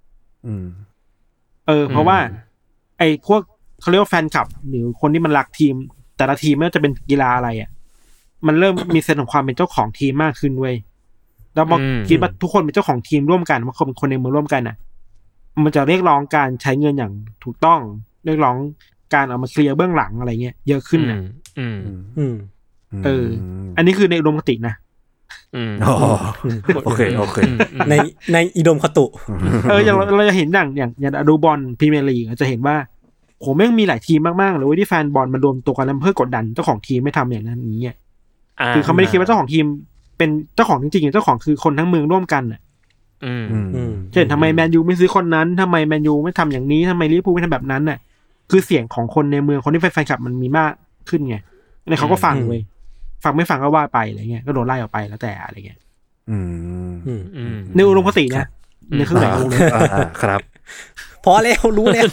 เออเพราะว่าไอ้พวกเขาเรียกว่าแฟนคลับหรือคนที่มันรักทีมแต่ละทีมไม่ว่าจะเป็นกีฬาอะไรอ่ะมันเริ่มมีเซนส์ของความเป็นเจ้าของทีมมากขึ้นเว้ยแล้วพอคิดว่าทุกคนเป็นเจ้าของทีมร่วมกันว่าคนเป็นคนในเมืองร่วมกันน่ะมันจะเรียกร้องการใช้เงินอย่างถูกต้องเรียกร้องการเอามาเคลียร์เบื้องหลังอะไรเงี้ยเยอะขึ้นน่ะอืมอืมเอออันนี้คือในอุดมคตินะอืมโอเคโอเคในในอุดมคติเอออย่างเราจะเห็นอย่างอย่างอย่างดูบอลพรีเมียร์ลีกจะเห็นว่าโหแม่งมีหลายทีมมากๆเลยที่แฟนบอลมารวมตัวกันเพื่อกดดันเจ้าของทีมไม่ทำอย่างนั้นอย่างเงี้ยคือเขาไม่ได้คิดว่าเจ้าของทีมเป็นเจ้าของจริงๆเจ้าของคือคนทั้งเมืองร่วมกันน่ะอืมอืมเช่นทำไมแมนยูไม่ซื้อคนนั้นทำไมแมนยูไม่ทำอย่างนี้ทำไมลิเวอร์พูลไม่ทำแบบนั้นน่ะคือเสียงของคนในเมืองคนที่แฟนคลับมันมีมากขึ้นไงแล้วเขาก็ฟังเว้ยฟังไม่ฟังก็ว่าไปอะไรเงี้ยก็โดนไล่ออกไปแล้วแต่อะไรเงี้ยอืมอืมอืมในอุดมคตินะในเครื่องหมายของเลยอ่าครับพอแล้วรู้แล้ว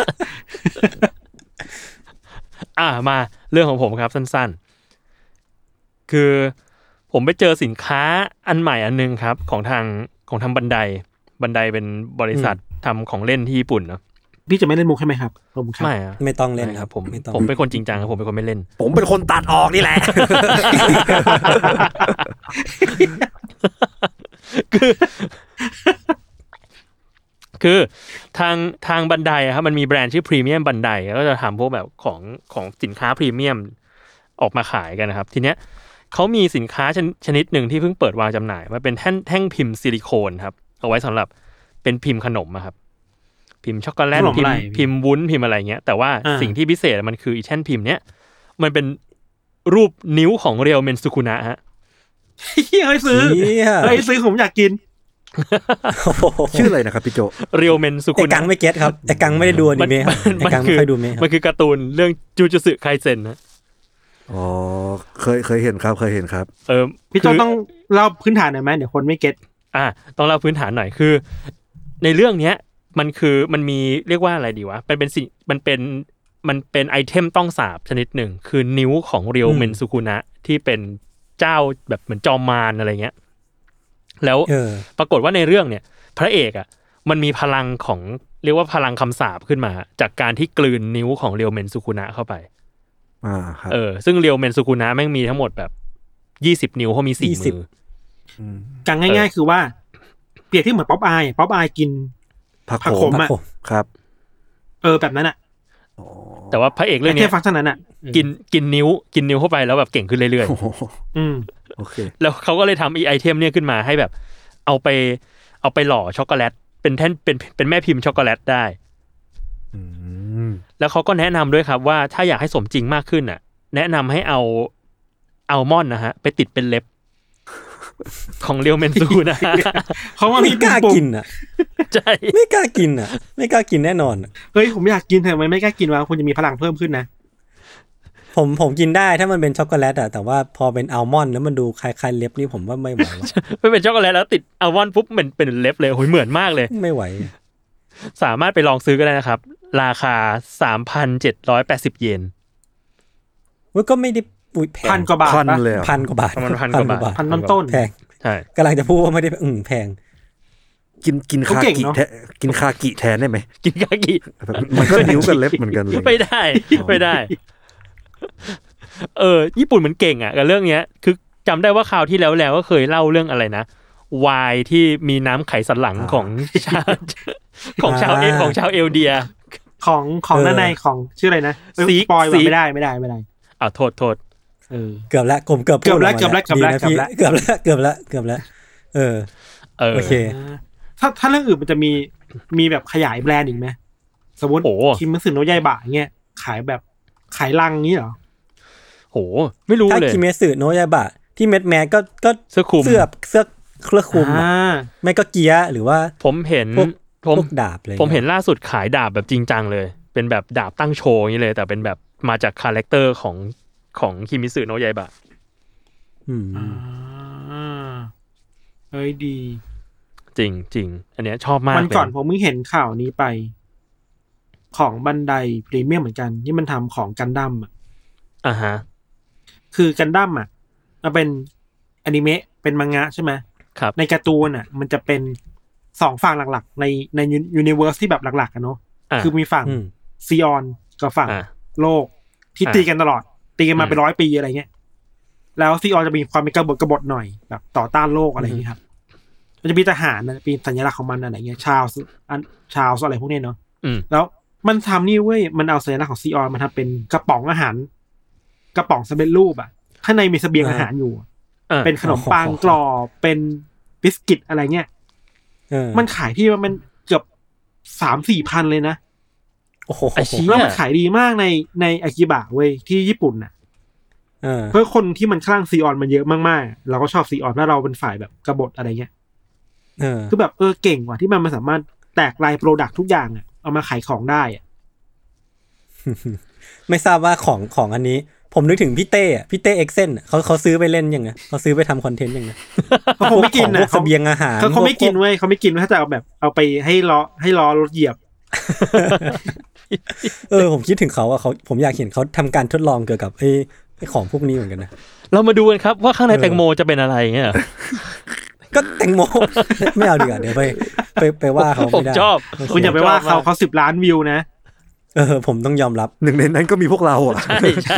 อ่ามาเรื่องของผมครับสั้นๆคือผมไปเจอสินค้าอันใหม่อันนึงครับของทางของทางบันไดบันไดเป็นบริษัททำของเล่นที่ญี่ปุ่นเนาะพี่จะไม่เล่นมุกใช่ไหมครับผมครับไม่อะไม่ต้องเล่นไม่คครัรับบผมไม่ต้องผมเป็นคนจริงจังครับผมเป็นคนไม่เล่นผมเป็นคนตัดออกนี่แหละคือคือทางทางบันไดครับมันมีแบรนด์ชื่อพรีเมียมบันไดก็จะทำพวกแบบของของสินค้าพรีเมียมออกมาขายกันนะครับทีเนี้ยเขามีสินค้าชนชนิดหนึ่งที่เพิ่งเปิดวางจำหน่ายมาเป็นแท่งแท่งพิมพ์ซิลิโคนครับเอาไว้สำหรับเป็นพิมพ์ขนมอะครับพิมพ์ช็อกโกแลตพิมพ์พิมพ์วุ้นพิมพ์อะไรเงี้ยแต่ว่าสิ่งที่พิเศษมันคืออีแท่นพิมพ์เนี้ยมันเป็นรูปนิ้วของเรียวเมนซุคุนะฮะเฮ้ยซื้อเฮ้ยซื้อผมอยากกินชื่ออะไรนะครับพี่โจเรียวเมนซุไอ้คุนะกังไม่เก็ตครับไอ้กังไม่ได้ดูอนิเมะครับไอ้กังไม่ค่อยดูเมะครับมันคือการ์ตูนเรื่องจูจูสึไคเซ็นนะอ๋อเคยเคยเห็นครับเคยเห็นครับเออพี่ต้องต้องเล่าพื้นฐานหน่อยไหมเดี๋ยวคนไม่เก็ตอ่ะต้องเล่าพื้นฐานหน่อยคือ ในเรื่องเนี้ยมันคือมันมีเรียกว่าอะไรดีวะมันเป็นสิ่งมันเป็นมันเป็นไอเทมต้องสาบชนิดหนึ่งคือนิ้วของเรียวเมนซุคุนะที่เป็นเจ้าแบบเหมือนจอมมารอะไรเงี้ยแล้วเออปรากฏว่าในเรื่องเนี่ยพระเอกอ่ะมันมีพลังของเรียกว่าพลังคำสาปขึ้นมาจากการที่กลืนนิ้วของเรียวเมนซุคุนะเข้าไปอ่าครับเออซึ่งเรียวเมนซุคุนะแม่งมีทั้งหมดแบบยี่สิบนิ้วเขามีสี่มือกังง่ายๆคือว่าเปรียบที่เหมือนป๊อปอายป๊อปอายกินผักผักโขขมมอ่ะครับเออแบบนั้นอ่ะแต่ว่าพระเอกเรื่องแค่เนี้ยฟังก์ชันนั้นอ่ะกินกินนิ้วกินนิ้วเข้าไปแล้วแบบเก่งขึ้นเรื่อยโอ้โหอืมโอเคๆแล้วเขาก็เลยทำอีไอเทมเนี่ยขึ้นมาให้แบบเอาไปเอาไปหล่อช็อกโกแลตเป็นแท่นเป็นเป็นแม่พิมพ์ช็อกโกแลตได้อืมแล้วเขาก็แนะนำด้วยครับว่าถ้าอยากให้สมจริงมากขึ้นอ่ะ แนะนำให้เอาอัลมอนด์นะฮะไปติดเป็นเล็บ ของเรียวเมนซูนะเพราะว่าไม่มีกล้าปุ่มกินอ่ะใช่ไม่กล้ากินอ่ะ ไม่กล้ากินแน่นอนอะเฮ้ยผมอยากกินทำไมไม่กล้ากินวะคุณจะมีพลังเพิ่มขึ้นนะผมผมกินได้ถ้ามันเป็นช็อกโกแลตอ่ะแต่ว่าพอเป็นอัลมอนด์แล้วมันดูคล้ายๆเล็บนี่ผมว่าไม่ไหวว่ะไม่เป็นช็อกโกแลตแล้วติดอัลมอนด์ปุ๊บมันเป็นเล็บเลยโหยเหมือนมากเลยไม่ไหวสามารถไปลองซื้อก็ได้นะครับ ราคา สามพันเจ็ดร้อยแปดสิบ เยนมันก็ไม่ได้อุ๊ยแพพันงกว่าบาทพันปะเลยเหรอพันกว่าบาทประมาณพันกว่าบาทพันต้นแพงใช่กำลังจะพูดว่าไม่ได้อืมแพงกินกินเขาคาเก่งกิเนอะแทนกินคากิแทนได้ไหมกินกากิมันก็นิ้วกับเล็บเหมือนกันเลยไม่ได้ไม่ได้ เออญี่ปุ่นมันเก่งอ่ะกับเรื่องเนี้ย คือจำได้ว่าคราวที่แล้วแล้วก็เคยเล่าเรื่องอะไรนะวายที่มีน้ำไขสันหลังของชาวของชาวเอของชาวเอลเดียของของด้านในของชื่ออะไรนะเอ้ยซีกปอยซีว่าก ไม่ได้ไม่ได้ไม่ได้อ่ะโทษโทษเออเกือบละผมเกือบพูดเกือบละกมาเกือบละเกือบละดีนพี่เกือบละเกือบละเกือบละเกือบละเออเออโอเคถ้าถ้าเรื่องอื่นมันจะมีมีแบบขยายแบรนด์อีกไหมสมมติโอ้คิมมัสึโนะยายบะเงี้ยขายแบบขายลังนี้เหรอโหไม่รู้ถ้าเลยคิเมสึโนะยาบะที่เม็ดแมสก็ก็เสื้อคลุมเสื้อเสื้อเครื่องคลุมอะอ่าไม่ก็เกียร์หรือว่าผมเห็นพวกผมพวกดาบเลยผมเห็นล่าสุดขายดาบแบบจริงจังเลย เป็นแบบดาบตั้งโชว์อย่างนี้เลย แต่เป็นแบบมาจากคาแรคเตอร์ของของคิมิสึโนะยายบะอืมอ่าเฮ้ยดีจริงจริงอันเนี้ยชอบมากวันก่อนเลยผมเพิ่งเห็นข่าวนี้ไป ของบันไดพรีเมียมเหมือนกันที่มันทำของกันดั้มอ่ะอ่าฮะคือกันดั้มอ่ะมันเป็นอนิเมะเป็นมังงะใช่ไหมครับในการ์ตูนอ่ะ มันจะเป็นสองฝั่งหลักๆ ในในยูนิเวอร์สที่แบบหลักๆกันเนาะอ่ะคือมีฝั่งอืมซีออนกับฝั่งอ่ะโลกที่อ่ะตีกันตลอด ตีกันมาอืมเป็นร้อยปีอะไรเงี้ยแล้วซีออนจะมีความเป็นกบฏกบฏหน่อยแบบต่อต้านโลกอะไรอย่างเงี้ยครับมันจะมีทหารนะเป็นสัญลักษณ์ของมันอะไรเงี้ยชาวอันชาวอะไรพวกเนี้ยเนาะอืมแล้วมันทำนี่เว้ยมันเอาสัญลักษณ์ของซีออนมาทำเป็นกระป๋องอาหาร กระป๋องสำเร็จรูปอะข้างในมีเสบียงอาหารอยู่อ่ะเป็นขนมปังกรอบเป็นบิสกิตอะไรเงี้ยเออมันขายที่มันเกือบสามสี่พันเลยนะโอ้โหอาชีพแล้วมันขายดีมากในในอากิบะเว้ยที่ญี่ปุ่นน่ะเออเพราะคนที่มันคลั่งซีออนมันเยอะมากๆเราก็ชอบซีออนแล้วเราเป็นฝ่ายแบบกบฏอะไรเงี้ยเออคือแบบเออเก่งว่ะที่มันมันสามารถแตกลายโปรดักต์ทุกอย่างอ่ะเอามาขายของได้อ่ะไม่ทราบว่าของของอันนี้ผมนึกถึงพี่เต้อะพี่เต้เอ็กเซนเขาเขาซื้อไปเล่นยังไงเขาซื้อไปทำคอนเทนต์ยังไงเขาคงไม่กินพวนะเสบียงอาหารเขาเขาไม่กินเว้ยเขาไม่กินถ้าจะเอาแบบเอาไปให้ล้อให้ล้อรถเหยียบเออผมคิดถึงเขาอะเขาผมอยากเห็นเขาทำการทดลองเกี่ยวกับไอ้ไอ้ของพวกนี้เหมือนกันนะเรามาดูกันครับว่าข้างในแตงโมจะเป็นอะไรเงี้ยก็แตงโม ไม่เอาดีกว่าเดี๋ยวไปไปไปว่าเขาผไม่มได้ชอบคุณอย่าไปว่าเขาเขาสิบล้านวิวนะเออผมต้องยอมรับหนึ่งในนั้นก็มีพวกเราอ่ะใช่ใช่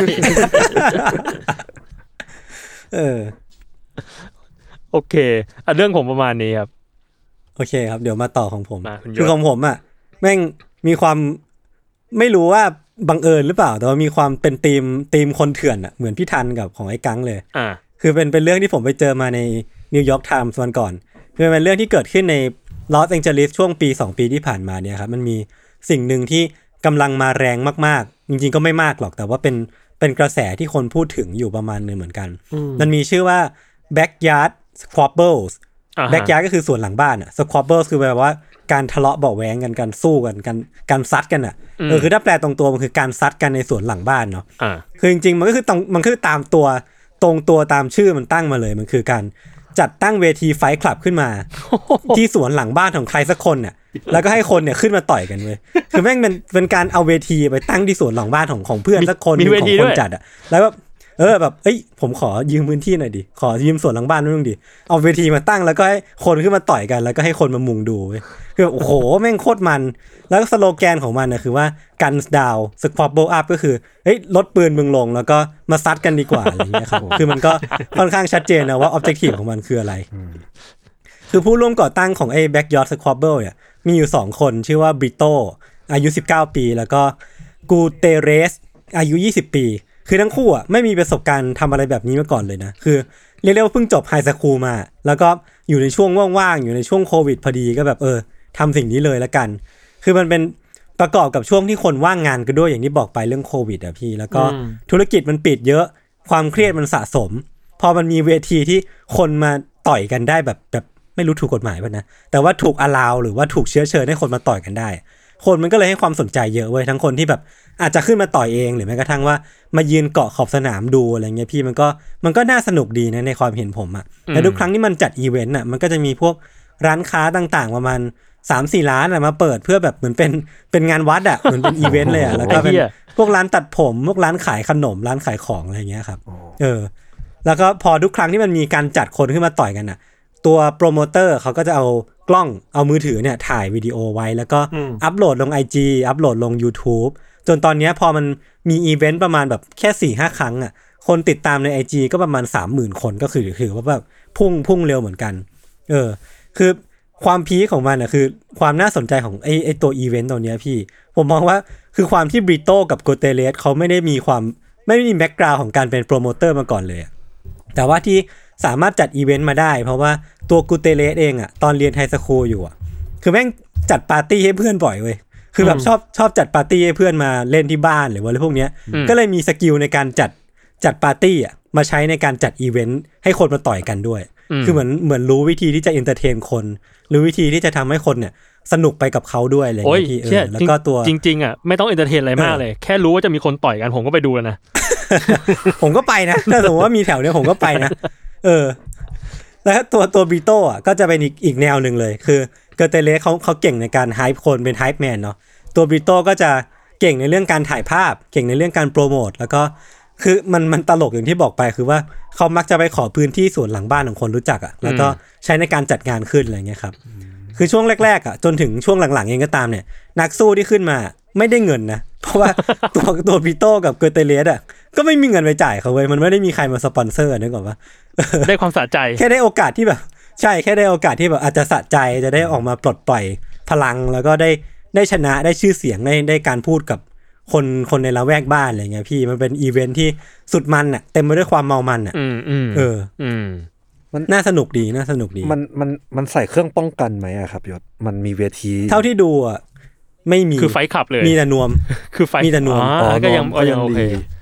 เออโอเคอ่ะเรื่องผมประมาณนี้ครับโอเคครับเดี๋ยวมาต่อของผมมาคุณยศคือของผมอ่ะแม่งมีความไม่รู้ว่าบังเอิญหรือเปล่าแต่ว่ามีความเป็นธีมธีมคนเถื่อนอ่ะเหมือนพี่ทันกับของไอ้กังเลยอ่าคือเป็นเป็นเรื่องที่ผมไปเจอมาในนิวยอร์กไทม์วันก่อนคือเป็นเรื่องที่เกิดขึ้นในลอสแองเจลิสช่วงปีสองปีที่ผ่านมาเนี่ยครับมันมีสิ่งหนึ่งที่กำลังมาแรงมากๆจริงๆก็ไม่มากหรอกแต่ว่าเป็นเป็นกระแสที่คนพูดถึงอยู่ประมาณนึงเหมือนกันมันมีชื่อว่า backyard squabbles backyard ก็คือส่วนหลังบ้านอ่ะ squabbles คือแบบว่าการทะเลาะเบาะแว้งกันการสู้กันการการซัดกันอ่ะเออคือถ้าแปลตรงตัวมันคือการซัดกันในสวนหลังบ้านเนาะคือจริงๆมันก็คือตรงมันคือตามตัวตรงตัวตามชื่อมันตั้งมาเลยมันคือการจัดตั้งเวทีไฟท์คลับขึ้นมา ที่สวนหลังบ้านของใครสักคนเนี่ยแล้วก็ให้คนเนี่ยขึ้นมาต่อยกันเว้ยคือแม่งเป็นเป็นการเอาเวทีไปตั้งที่สวนหลังบ้านของของเพื่อนสักคนของคนจัดอ่ะแล้วแบบเออแบบเอ้ยผมขอยืมพื้นที่หน่อยดิขอยืมสวนหลังบ้านนิดนึงดิเอาเวทีมาตั้งแล้วก็ให้คนขึ้นมาต่อยกันแล้วก็ให้คนมามุงดูเว้ยคือโอ้โหแม่งโคตรมันแล้วสโลแกนของมันนะคือว่า guns down squabble up ก็คือเฮ้ยลดปืนมึงลงแล้วก็มาซัดกันดีกว่าอะไรอย่างเงี้ยครับคือมันก็ค่อนข้างชัดเจนนะว่า objective ของมันคืออะไรคือผู้ร่วมก่อตั้งของไอ้ backyard squabble เนี่ยมีอยู่สองคนชื่อว่าบริโตอายุสิบเก้าปีแล้วก็กูเตเรสอายุยี่สิบปีคือทั้งคู่อ่ะไม่มีประสบการณ์ทำอะไรแบบนี้มาก่อนเลยนะคือเรียกได้ว่าเพิ่งจบไฮสคูลมาแล้วก็อยู่ในช่วงว่างๆอยู่ในช่วงโควิดพอดีก็แบบเออทำสิ่งนี้เลยละกันคือมันเป็นประกอบกับช่วงที่คนว่างงานกันด้วยอย่างที่บอกไปเรื่องโควิดอ่ะพี่แล้วก็ธุรกิจมันปิดเยอะความเครียดมันสะสมพอมันมีเวทีที่คนมาต่อยกันได้แบบแบบไม่รู้ถูกกฎหมายป่ะนะแต่ว่าถูกอลาวหรือว่าถูกเชื้อเชิญให้คนมาต่อยกันได้คนมันก็เลยให้ความสนใจเยอะเว้ยทั้งคนที่แบบอาจจะขึ้นมาต่อยเองหรือแม้กระทั่งว่ามายืนเกาะขอบสนามดูอะไรเงี้ยพี่มันก็มันก็น่าสนุกดีนะในความเห็นผมอ่ะแต่ทุกครั้งที่มันจัดอีเวนต์อ่ะมันก็จะมีพวกร้านค้าต่างๆประมาณ สามสี่ ร้านอ่ะมาเปิดเพื่อแบบเหมือนเป็นเป็นงานวัดอ่ะเหมือนเป็นอีเวนต์เลยอ่ะแล้วก็เป็นพวกร้านตัดผมพวกร้านขายขนมร้านขายของอะไรเงี้ยครับเออแล้วก็พอทุกครั้งที่มันมีการจัดคนขึ้นมาต่อยกันอ่ะตัวโปรโมเตอร์เขาก็จะเอากล้องเอามือถือเนี่ยถ่ายวิดีโอไว้แล้วก็อัปโหลดลง ไอ จี อัปโหลดลง YouTube จนตอนนี้พอมันมีอีเวนต์ประมาณแบบแค่ สี่ห้า ครั้งอ่ะคนติดตามใน ไอ จี ก็ประมาณ สามหมื่น คนก็คือถือว่าแบบพุ่งพุ่งเร็วเหมือนกันเออคือความพีคของมันอ่ะคือความน่าสนใจของไอ้ไอ้ตัวอีเวนต์ตัวเนี้ยพี่ผมมองว่าคือความที่บริโตกับโกเตเลสเขาไม่ได้มีความไม่ได้มีแบ็คกราวด์ของการเป็นโปรโมเตอร์มาก่อนเลยแต่ว่าที่สามารถจัดอีเวนต์มาได้เพราะว่าตัวกูเตเลสเองอ่ะตอนเรียนไฮสคูลอยู่อ่ะคือแม่งจัดปาร์ตี้ให้เพื่อนบ่อยเว้ยคือแบบชอบชอบจัดปาร์ตี้ให้เพื่อนมาเล่นที่บ้านหรือว่าอะไรพวกเนี้ยก็เลยมีสกิลในการจัดจัดปาร์ตี้อ่ะมาใช้ในการจัดอีเวนต์ให้คนมาต่อยกันด้วยคือเหมือนเหมือนรู้วิธีที่จะเอนเตอร์เทนคนหรือวิธีที่จะทำให้คนเนี่ยสนุกไปกับเขาด้วยอะไรอย่างเงี้ยพี่เออแล้วก็ตัวจริงๆอ่ะไม่ต้องเอนเตอร์เทนอะไรมากเลยแค่รู้ว่าจะมีคนต่อยกันผมก็ไปดูแล้วนะผมก็ไปนะถ้าสมมติว่ามีแถวเนี้ยผมก็ไปนะเออแล้วตัวตัวบริโตอ่ะก็จะเป็นอีกอีกแนวหนึ่งเลยคือเกอเตเลสเขาเขาเก่งในการไฮป์คนเป็นไฮป์แมนเนาะตัวบริโตก็จะเก่งในเรื่องการถ่ายภาพเก่งในเรื่องการโปรโมทแล้วก็คือมันมันตลกอย่างที่บอกไปคือว่าเขามักจะไปขอพื้นที่สวนหลังบ้านของคนรู้จักอ่ะแล้วก็ใช้ในการจัดงานขึ้นอะไรเงี้ยครับคือช่วงแรกๆอ่ะจนถึงช่วงหลังๆเองก็ตามเนี่ยนักสู้ที่ขึ้นมาไม่ได้เงินนะเพราะว่าตัวตัวบริโตกับเกอเตเลสอ่ะก็ไม่มีเงินไปจ่ายเขาเว้ยมันไม่ได้มีใครมาสปอนเซอร์นึกออกปะได้ความสะใจแค่ได้โอกาสที่แบบใช่แค่ได้โอกาสที่แบบอาจจะสะใจจะได้ออกมาปลดปล่อยพลังแล้วก็ได้ได้ชนะได้ชื่อเสียงได้ได้การพูดกับคนคนในละแวกบ้านอะไรเงี้ยพี่มันเป็นอีเวนท์ที่สุดมันอ่ะเต็มไปด้วยความเมามันอ่ะเออมันน่าสนุกดีน่าสนุกดีมันมันมันใส่เครื่องป้องกันไหมอะครับยศมันมีเวทีเท่าที่ดูอ่ะไม่มีคือไฟขับเลยมีแต่นวมคือไฟมีแต่นวมอ๋อก็ยังก็ยังโอเค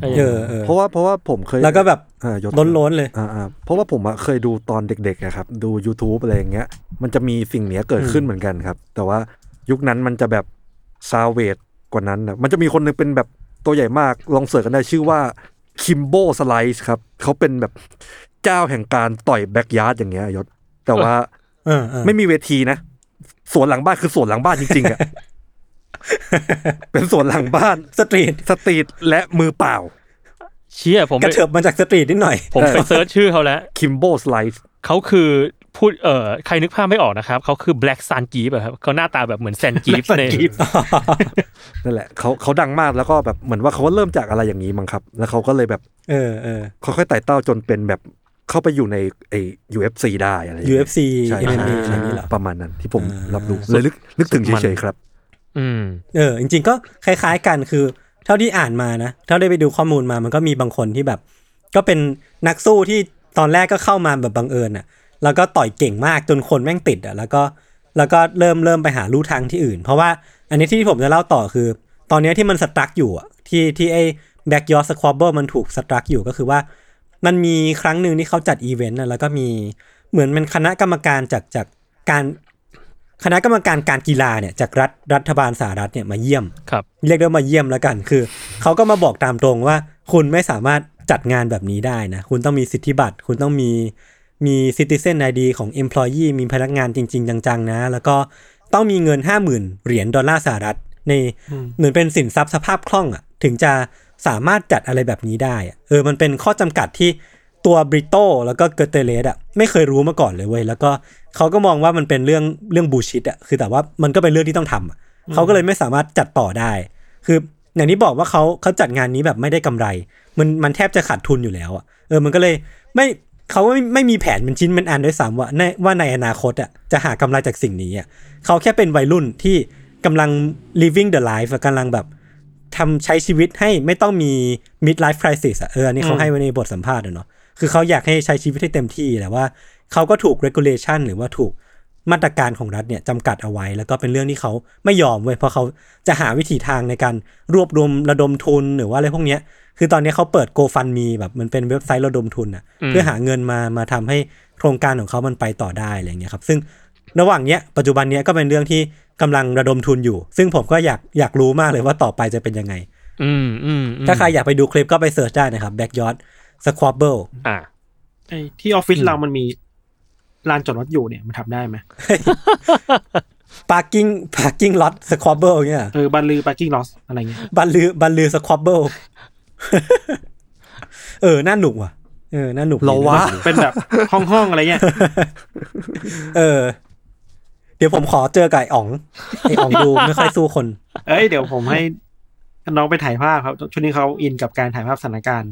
เออเออเพราะว่าเพราะว่าผมเคยแล้วก็แบบอ่ายศล้นๆเลยอ่าๆเพราะว่าผมอะเคยดูตอนเด็กๆอะครับดู YouTube อะไรอย่างเงี้ยมันจะมีสิ่งเนี้ยเกิดขึ้นเหมือนกันครับแต่ว่ายุคนั้นมันจะแบบซาเวจกว่านั้นนะมันจะมีคนนึงเป็นแบบตัวใหญ่มากลองเสิร์ชกันได้ชื่อว่าคิมโบสไลซ์ครับเขาเป็นแบบเจ้าแห่งการต่อยแบ็กยาร์ดอย่างเงี้ยยศแต่ว่าไม่มีเวทีนะสวนหลังบ้านคือสวนหลังบ้านจริงๆอ่ะ เป็นสวนหลังบ้านสตรีทสตรีทและมือเปล่าเชี่ยผมกระเถิบมาจากสตรีทนิดหน่อยผมไปเซิร์ชชื่อเขาแล้วคิมโบสไลซ์เขาคือพูดเอ่อใครนึกภาพไม่ออกนะครับเขาคือ Black Sun Jeep อ่ะครับเขาหน้าตาแบบเหมือนแซนจีฟในนั่นแหละเขาเขาดังมากแล้วก็แบบเหมือนว่าเขาเริ่มจากอะไรอย่างนี้มั้งครับแล้วเขาก็เลยแบบเออเออค่อยๆไต่เต้าจนเป็นแบบเข้าไปอยู่ในไอ้ ยู เอฟ ซี ได้อะไรยู เอฟ ซีใช่เอ็ม เอ็ม เอ อะไรอย่างนี้เหรอประมาณนั้นที่ผมรับรู้เลยนึกนึกถึงเฉยๆครับอืมเออจริงๆก็คล้ายๆกันคือเท่าที่อ่านมานะเท่าได้ไปดูข้อมูลมามันก็มีบางคนที่แบบก็เป็นนักสู้ที่ตอนแรกก็เข้ามาแบบบังเอิญอ่ะแล้วก็ต่อยเก่งมากจนคนแม่งติดอ่ะแล้วก็แล้วก็เริ่มเริ่มไปหาลู่ทางที่อื่นเพราะว่าอันนี้ที่ผมจะเล่าต่อคือตอนนี้ที่มันสตรั๊กอยู่อ่ะที่ที่ไอ้แบ็กยอร์สควอเบิลมันถูกสตรั๊กอยู่ก็คือว่ามันมีครั้งหนึ่งที่เขาจัดอีเวนต์นะแล้วก็มีเหมือนเป็นคณะกรรมการจากจากการคณะกรรมการการกีฬาเนี่ยจากรัฐรัฐบาลสหรัฐเนี่ยมาเยี่ยมเรียกได้มาเยี่ยมแล้วกันคือเขาก็มาบอกตามตรงว่าคุณไม่สามารถจัดงานแบบนี้ได้นะคุณต้องมีสิทธิบัตรคุณต้องมีมี Citizen ไอ ดี ของ Employee มีพนักงานจริงๆจังๆนะแล้วก็ต้องมีเงิน ห้าหมื่น เหรียญดอลลาร์สหรัฐในเหมือนเป็นสินทรัพย์สภาพคล่องอ่ะถึงจะสามารถจัดอะไรแบบนี้ได้เออมันเป็นข้อจำกัดที่ตัวบริโตแล้วก็เกอเตเลสอ่ะไม่เคยรู้มาก่อนเลยเว้ยแล้วก็เขาก็มองว่ามันเป็นเรื่องเรื่องบูชิตอ่ะคือแต่ว่ามันก็เป็นเรื่องที่ต้องทำเขาก็เลยไม่สามารถจัดต่อได้คืออย่างที่บอกว่าเขาเขาจัดงานนี้แบบไม่ได้กำไรมันมันแทบจะขาดทุนอยู่แล้วอ่ะเออมันก็เลยไม่เขาไม่ไม่มีแผนเป็นชิ้นเป็นอันด้วยซ้ำว่าในว่าในอนาคตอ่ะจะหากำไรจากสิ่งนี้อ่ะเขาแค่เป็นวัยรุ่นที่กำลัง living the life กำลังแบบทำใช้ชีวิตให้ไม่ต้องมี mid life crisis อ่ะเอออันนี้เขาให้ไว้ในบทสัมภาษณ์เนาะคือเขาอยากให้ใช้ชีวิตให้เต็มที่แต่ว่าเขาก็ถูก regulation หรือว่าถูกมาตรการของรัฐเนี่ยจำกัดเอาไว้แล้วก็เป็นเรื่องที่เขาไม่ยอมเว้ยเพราะเขาจะหาวิธีทางในการรวบรวมระดมทุนหรือว่าอะไรพวกเนี้ยคือตอนนี้เขาเปิด GoFundMe แบบมันเป็นเว็บไซต์ระดมทุนอ่ะเพื่อหาเงินมามาทำให้โครงการของเขามันไปต่อได้อะไรเงี้ยครับซึ่งระหว่างเนี้ยปัจจุบันเนี้ยก็เป็นเรื่องที่กำลังระดมทุนอยู่ซึ่งผมก็อยากอยากรู้มากเลยว่าต่อไปจะเป็นยังไงอืมอืมถ้าใครอยากไปดูคลิปก็ไปเสิร์ชได้นะครับ Backyard Squabble อ่าไอ้ที่ออฟฟิศเรามันมีลานจอดรถอยู่เนี่ยมันทำได้ไหม parking parking lot Squabble เงี้ยเออบันลือ parking lot อะไรเงี้ยบันลือบันลือ Squabble เออน่าหนุกว่ะเออน่าหนุกเราว่าเป็นแบบห้องๆอะไรเงี้ยเออเดี๋ยวผมขอเจอกับไอ้อ๋องไอ้อ๋องดูไม่ค่อยสู้คนเอ้ยเดี๋ยวผมให้น้องไปถ่ายภาพครับช่วงนี้เขาอินกับการถ่ายภาพสถานการณ์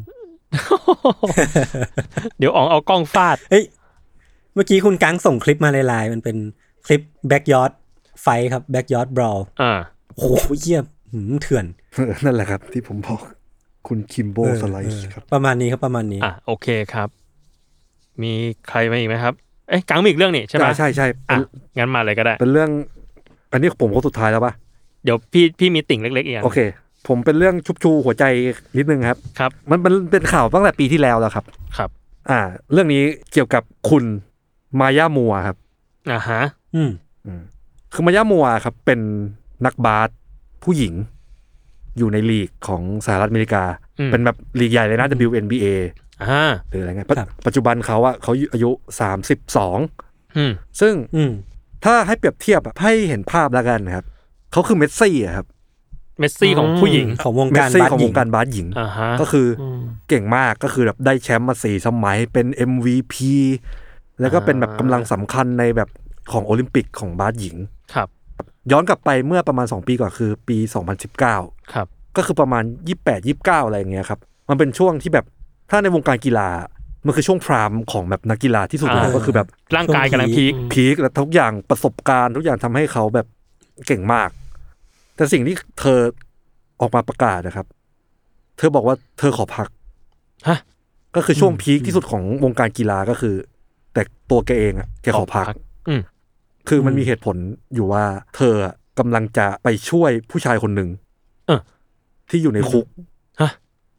เดี๋ยวอ๋องเอากล้องฟาดเฮ้ยเมื่อกี้คุณกังส่งคลิปมาในไลน์มันเป็นคลิป Backyard Fight ครับ Backyard Brawl อ่าโอ้โหเหี้ยเถื่อนนั่นแหละครับที่ผมบอกคุณคิมโบสไลซ์ครับประมาณนี้ครับประมาณนี้อ่ะโอเคครับมีใครมาอีกไหมครับเอ๊ะกังมีอีกเรื่องนี่ใช่ไหมใช่ใช่อ่ะงั้นมาเลยก็ได้เป็นเรื่องอันนี้ผมคนสุดท้ายแล้วป่ะเดี๋ยวพี่พี่มีติ่งเล็กๆอีกโอเคผมเป็นเรื่องชุบชูหัวใจนิดนึงครับครับมันมันเป็นข่าวตั้งแต่ปีที่แล้วแล้วครับครับอ่าเรื่องนี้เกี่ยวกับคุณมายามัวครับอ่าฮะอืมอืมคือมายามัวครับเป็นนักบาสผู้หญิงอยู่ในลีกของสหรัฐอเมริกาเป็นแบบลีกใหญ่เลยนะ ดับเบิลยู เอ็น บี เออ่าหรืออะไรเงี้ยปัจจุบันเขาอะเขาอายุสามสิบสองอืมซึ่งอืมถ้าให้เปรียบเทียบแบบให้เห็นภาพแล้วกันครับเขาคือเมสซี่อะครับเมสซี่ของผู้หญิงของวงการบาสหญิงของวงการบาสหญิงก็คือเก่งมากก็คือแบบได้แชมป์มาสี่สมัยเป็น เอ็ม วี พี แล้วก็เป็นแบบกำลังสำคัญในแบบของโอลิมปิกของบาสหญิงครับย้อนกลับไปเมื่อประมาณสองปีก่อนคือปีสองพันสิบเก้าครับก็คือประมาณยี่สิบแปด ยี่สิบเก้าอะไรอย่างเงี้ยครับมันเป็นช่วงที่แบบถ้าในวงการกีฬามันคือช่วงพรามของแบบนักกีฬาที่สุดเลยก็คือแบบร่างกายกำลังพีคพีคแล้วทุกอย่างประสบการณ์ทุกอย่างทำให้เขาแบบเก่งมากแต่สิ่งที่เธอออกมาประกาศนะครับเธอบอกว่าเธอขอพักฮะก็คือช่วงพีคที่สุดของวงการกีฬาก็คือแต่ตัวแกเองอ่ะแกขอพักอืมคือมันมีเหตุผลอยู่ว่าเธอกำลังจะไปช่วยผู้ชายคนหนึ่งเออที่อยู่ในคุกฮะ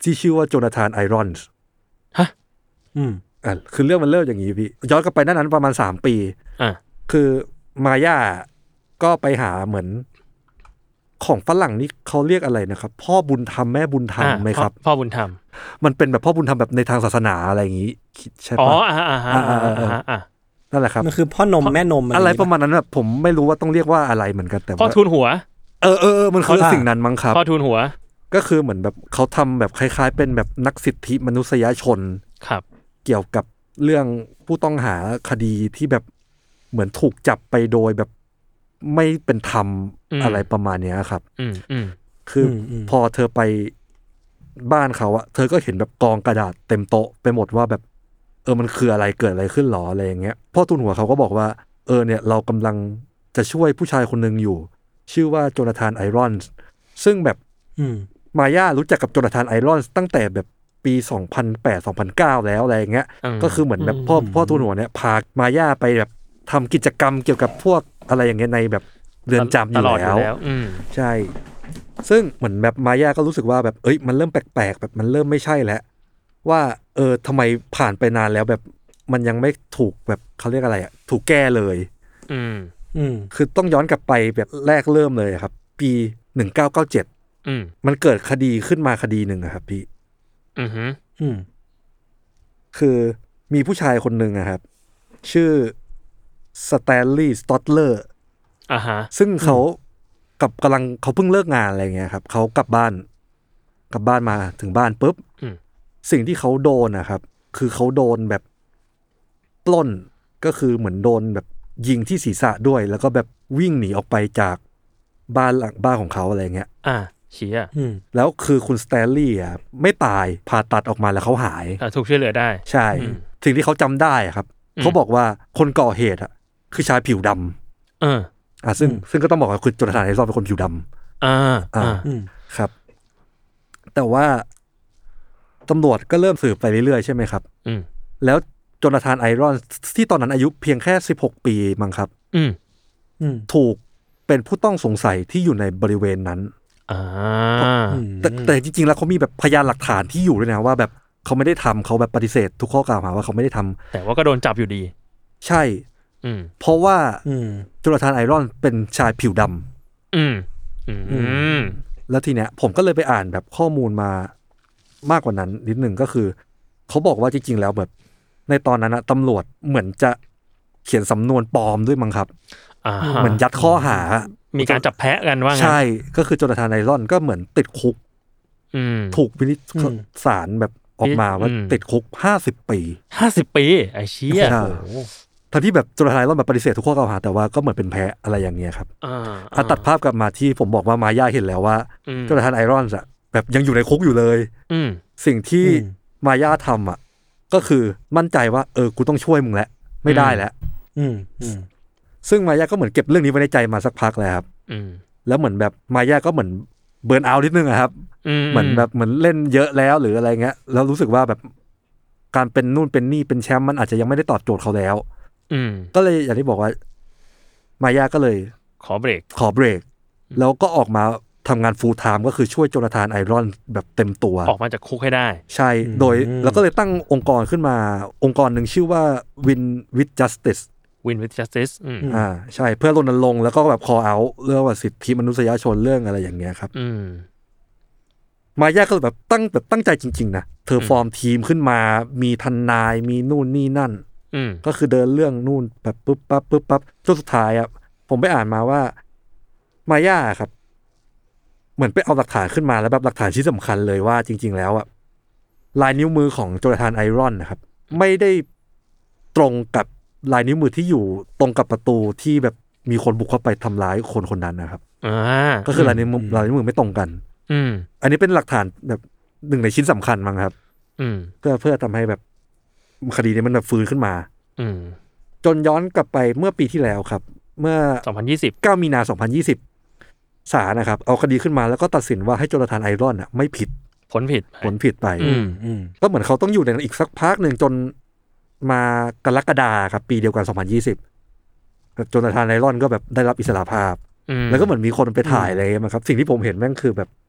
ที่ชื่อว่าโจนาธานไอรอนส์ฮะอืมอ่ะคือเรื่องมันเริ่มอย่างนี้พี่ย้อนกลับไปนั้นนั้นประมาณสามปีอ่ะคือมาย่าก็ไปหาเหมือนของฝรั่งนี่เขาเรียกอะไรนะครับพ่อบุญธรรมแม่บุญธรรมไหมครับพ่อบุญธรรมมันเป็นแบบพ่อบุญธรรมแบบในทางศาสนาอะไรอย่างนี้ใช่ปะอ๋ออ่าอ่าอ่านั่นแหละครับมันคือพ่อนมแม่นมอะไรประมาณนั้นแบบผมไม่รู้ว่าต้องเรียกว่าอะไรเหมือนกันแต่พ่อทูลหัวเออเออมันคือสิ่งนั้นมั้งครับพ่อทูลหัวก็คือเหมือนแบบเขาทำแบบคล้ายๆเป็นแบบนักสิทธิมนุษยชนครับเกี่ยวกับเรื่องผู้ต้องหาคดีที่แบบเหมือนถูกจับไปโดยแบบไม่เป็นธรรมอะไรประมาณนี้ครับอืมอืมคือพอเธอไปบ้านเขาอะเธอก็เห็นแบบกองกระดาษเต็มโต๊ะไปหมดว่าแบบเออมันคืออะไรเกิดอะไรขึ้นหรออะไรอย่างเงี้ยพ่อทูลหัวเขาก็บอกว่าเออเนี่ยเรากำลังจะช่วยผู้ชายคนนึงอยู่ชื่อว่าโจนาธานไอรอนส์ซึ่งแบบมาย่ารู้จักกับโจนาธานไอรอนส์ตั้งแต่แบบปีสองพันแปด สองพันเก้าแล้วอะไรอย่างเงี้ยก็คือเหมือนแบบพ่อพ่อทูลหัวเนี่ยพามาย่าไปแบบทำกิจกรรมเกี่ยวกับพวกอะไรอย่างเงี้ยในแบบเรือนจำอยู่แล้วใช่ซึ่งเหมือนแบบมาย่าก็รู้สึกว่าแบบเอ้ยมันเริ่มแปลกๆแบบมันเริ่มไม่ใช่แล้วว่าเออทำไมผ่านไปนานแล้วแบบมันยังไม่ถูกแบบเขาเรียกอะไรอ่ะถูกแก้เลยอืมอืมคือต้องย้อนกลับไปแบบแรกเริ่มเลยครับปีหนึ่งเก้าเก้าเจ็ดอืมมันเกิดคดีขึ้นมาคดีหนึ่งอะครับพี่อือฮึอืมคือมีผู้ชายคนหนึ่งอะครับชื่อสแตนลีย์สต็อตเลอร์อ่าฮะซึ่งเขากับกำลังเขาเพิ่งเลิกงานอะไรเงี้ยครับเขากลับบ้านกลับบ้านมาถึงบ้านปุ๊บสิ่งที่เขาโดนนะครับคือเขาโดนแบบปล้นก็คือเหมือนโดนแบบยิงที่ศีรษะด้วยแล้วก็แบบวิ่งหนีออกไปจากบ้านหลังบ้านของเขาอะไรเงี้ยอ่าเชี่ยแล้วคือคุณสแตนลีย์อ่ะไม่ตายผ่าตัดออกมาแล้วเขาหายถูกช่วยเหลือได้ใช่สิ่งที่เขาจำได้ครับเขาบอกว่าคนก่อเหตุอ่ะคือชายผิวดำเอออ่าซึ่งซึ่งก็ต้องบอกว่าคือโจนาธานไอรอนส์เป็นคนผิวดำอ่าอ่าครับแต่ว่าตำรวจก็เริ่มสืบไปเรื่อยๆใช่ไหมครับอืมแล้วโจนาธานไอรอนส์ที่ตอนนั้นอายุเพียงแค่สิบหกปีมั้งครับอืมอืมถูกเป็นผู้ต้องสงสัยที่อยู่ในบริเวณนั้นอ่าแต่แต่จริงๆแล้วเขามีแบบพยานหลักฐานที่อยู่ด้วยนะว่าแบบเขาไม่ได้ทำเขาแบบปฏิเสธทุกข้อกล่าวหาว่าเขาไม่ได้ทำแต่ว่าก็โดนจับอยู่ดีใช่เพราะว่าโจนาธานไอรอนส์เป็นชายผิวดำอืมอืมแล้วทีเนี้ยผมก็เลยไปอ่านแบบข้อมูลมามากกว่านั้นนิดหนึ่งก็คือเขาบอกว่าจริงๆแล้วแบบในตอนนั้นนะตำรวจเหมือนจะเขียนสำนวนปลอมด้วยมั้งครับเหมือนยัดข้อหามีการจับแพะกันว่างั้นใช่ก็คือโจนาธานไอรอนส์ก็เหมือนติดคุกถูกวินิจศาลแบบออกมาว่าติดคุกห้าสิบปีห้าสิบปีไอ้เชี่ยทั้งที่แบบโจนาธานไอรอนส์แบบปฏิเสธทุกข้อกล่าวหาแต่ว่าก็เหมือนเป็นแพ้อะไรอย่างเงี้ยครับอ่าตัดภาพกลับมาที่ผมบอกว่ามาย่าเห็นแล้วว่าโจนาธานไอรอนส์อะแบบยังอยู่ในคุกอยู่เลยสิ่งที่มาย่าทำอ่ะก็คือมั่นใจว่าเออกูต้องช่วยมึงแล้วไม่ได้แล้วซึ่งมาย่าก็เหมือนเก็บเรื่องนี้ไว้ในใจมาสักพักแล้วครับแล้วเหมือนแบบมาย่าก็เหมือนเบิร์นเอาท์นิดนึงอะครับเหมือนแบบเหมือนเล่นเยอะแล้วหรืออะไรเงี้ยแล้วรู้สึกว่าแบบการเป็นนู่นเป็นนี่เป็นแชมป์มันอาจจะยังไม่ได้ตอบโจทย์เขาแล้วก็เลยอย่างที่บอกว่ามาย่าก็เลยขอเบรกขอเบรกแล้วก็ออกมาทำงานฟูลไทม์ก็คือช่วยโจนาธานไอรอนส์แบบเต็มตัวออกมาจากคุกให้ได้ใช่โดยแล้วก็เลยตั้งองค์กรขึ้นมาองค์กรหนึ่งชื่อว่า Win with Justice Win with Justice อ่าใช่เพื่อรณรงค์แล้วก็แบบ call out เรื่องว่าสิทธิมนุษยชนเรื่องอะไรอย่างเงี้ยครับมาย่าก็แบบตั้งแบบตั้งใจจริงๆนะเธอฟอร์มทีมขึ้นมามีทนายมีนู่นนี่นั่นก็คือเดินเรื่องนู่นแบบปุ๊บปั๊บปุ๊บปั๊บจนสุดท้ายอ่ะผมไปอ่านมาว่ามาย่าครับเหมือนไปเอาหลักฐานขึ้นมาแล้วแบบหลักฐานที่สำคัญเลยว่าจริงๆแล้วอ่ะลายนิ้วมือของโจนาธานไอรอนนะครับไม่ได้ตรงกับลายนิ้วมือที่อยู่ตรงกับประตูที่แบบมีคนบุกเข้าไปทำร้ายคนคนนั้นนะครับก็คือลายนิ้วมือลายนิ้วมือไม่ตรงกันอันนี้เป็นหลักฐานแบบหนึ่งในชิ้นสำคัญมั้งครับเพื่อเพื่อทำให้แบบคดีนี้มันแบบฟื้นขึ้นมาจนย้อนกลับไปเมื่อปีที่แล้วครับเมื่อสองพันยี่สิบเก้ามีนาสองพันยี่สิบศาลนะครับเอาคดีขึ้นมาแล้วก็ตัดสินว่าให้โจนาธานไอรอนอ่ะไม่ผิดผลผิดผลผิดไปก็เหมือนเขาต้องอยู่ในนั้นอีกสักพักหนึ่งจนมากรกฎาครับปีเดียวกันสองพันยี่สิบโจนาธานไอรอนก็แบบได้รับอิสรภาพแล้วก็เหมือนมีคนไปถ่ายอะไรมาครับสิ่งที่ผมเห็นแม่งคือแบบ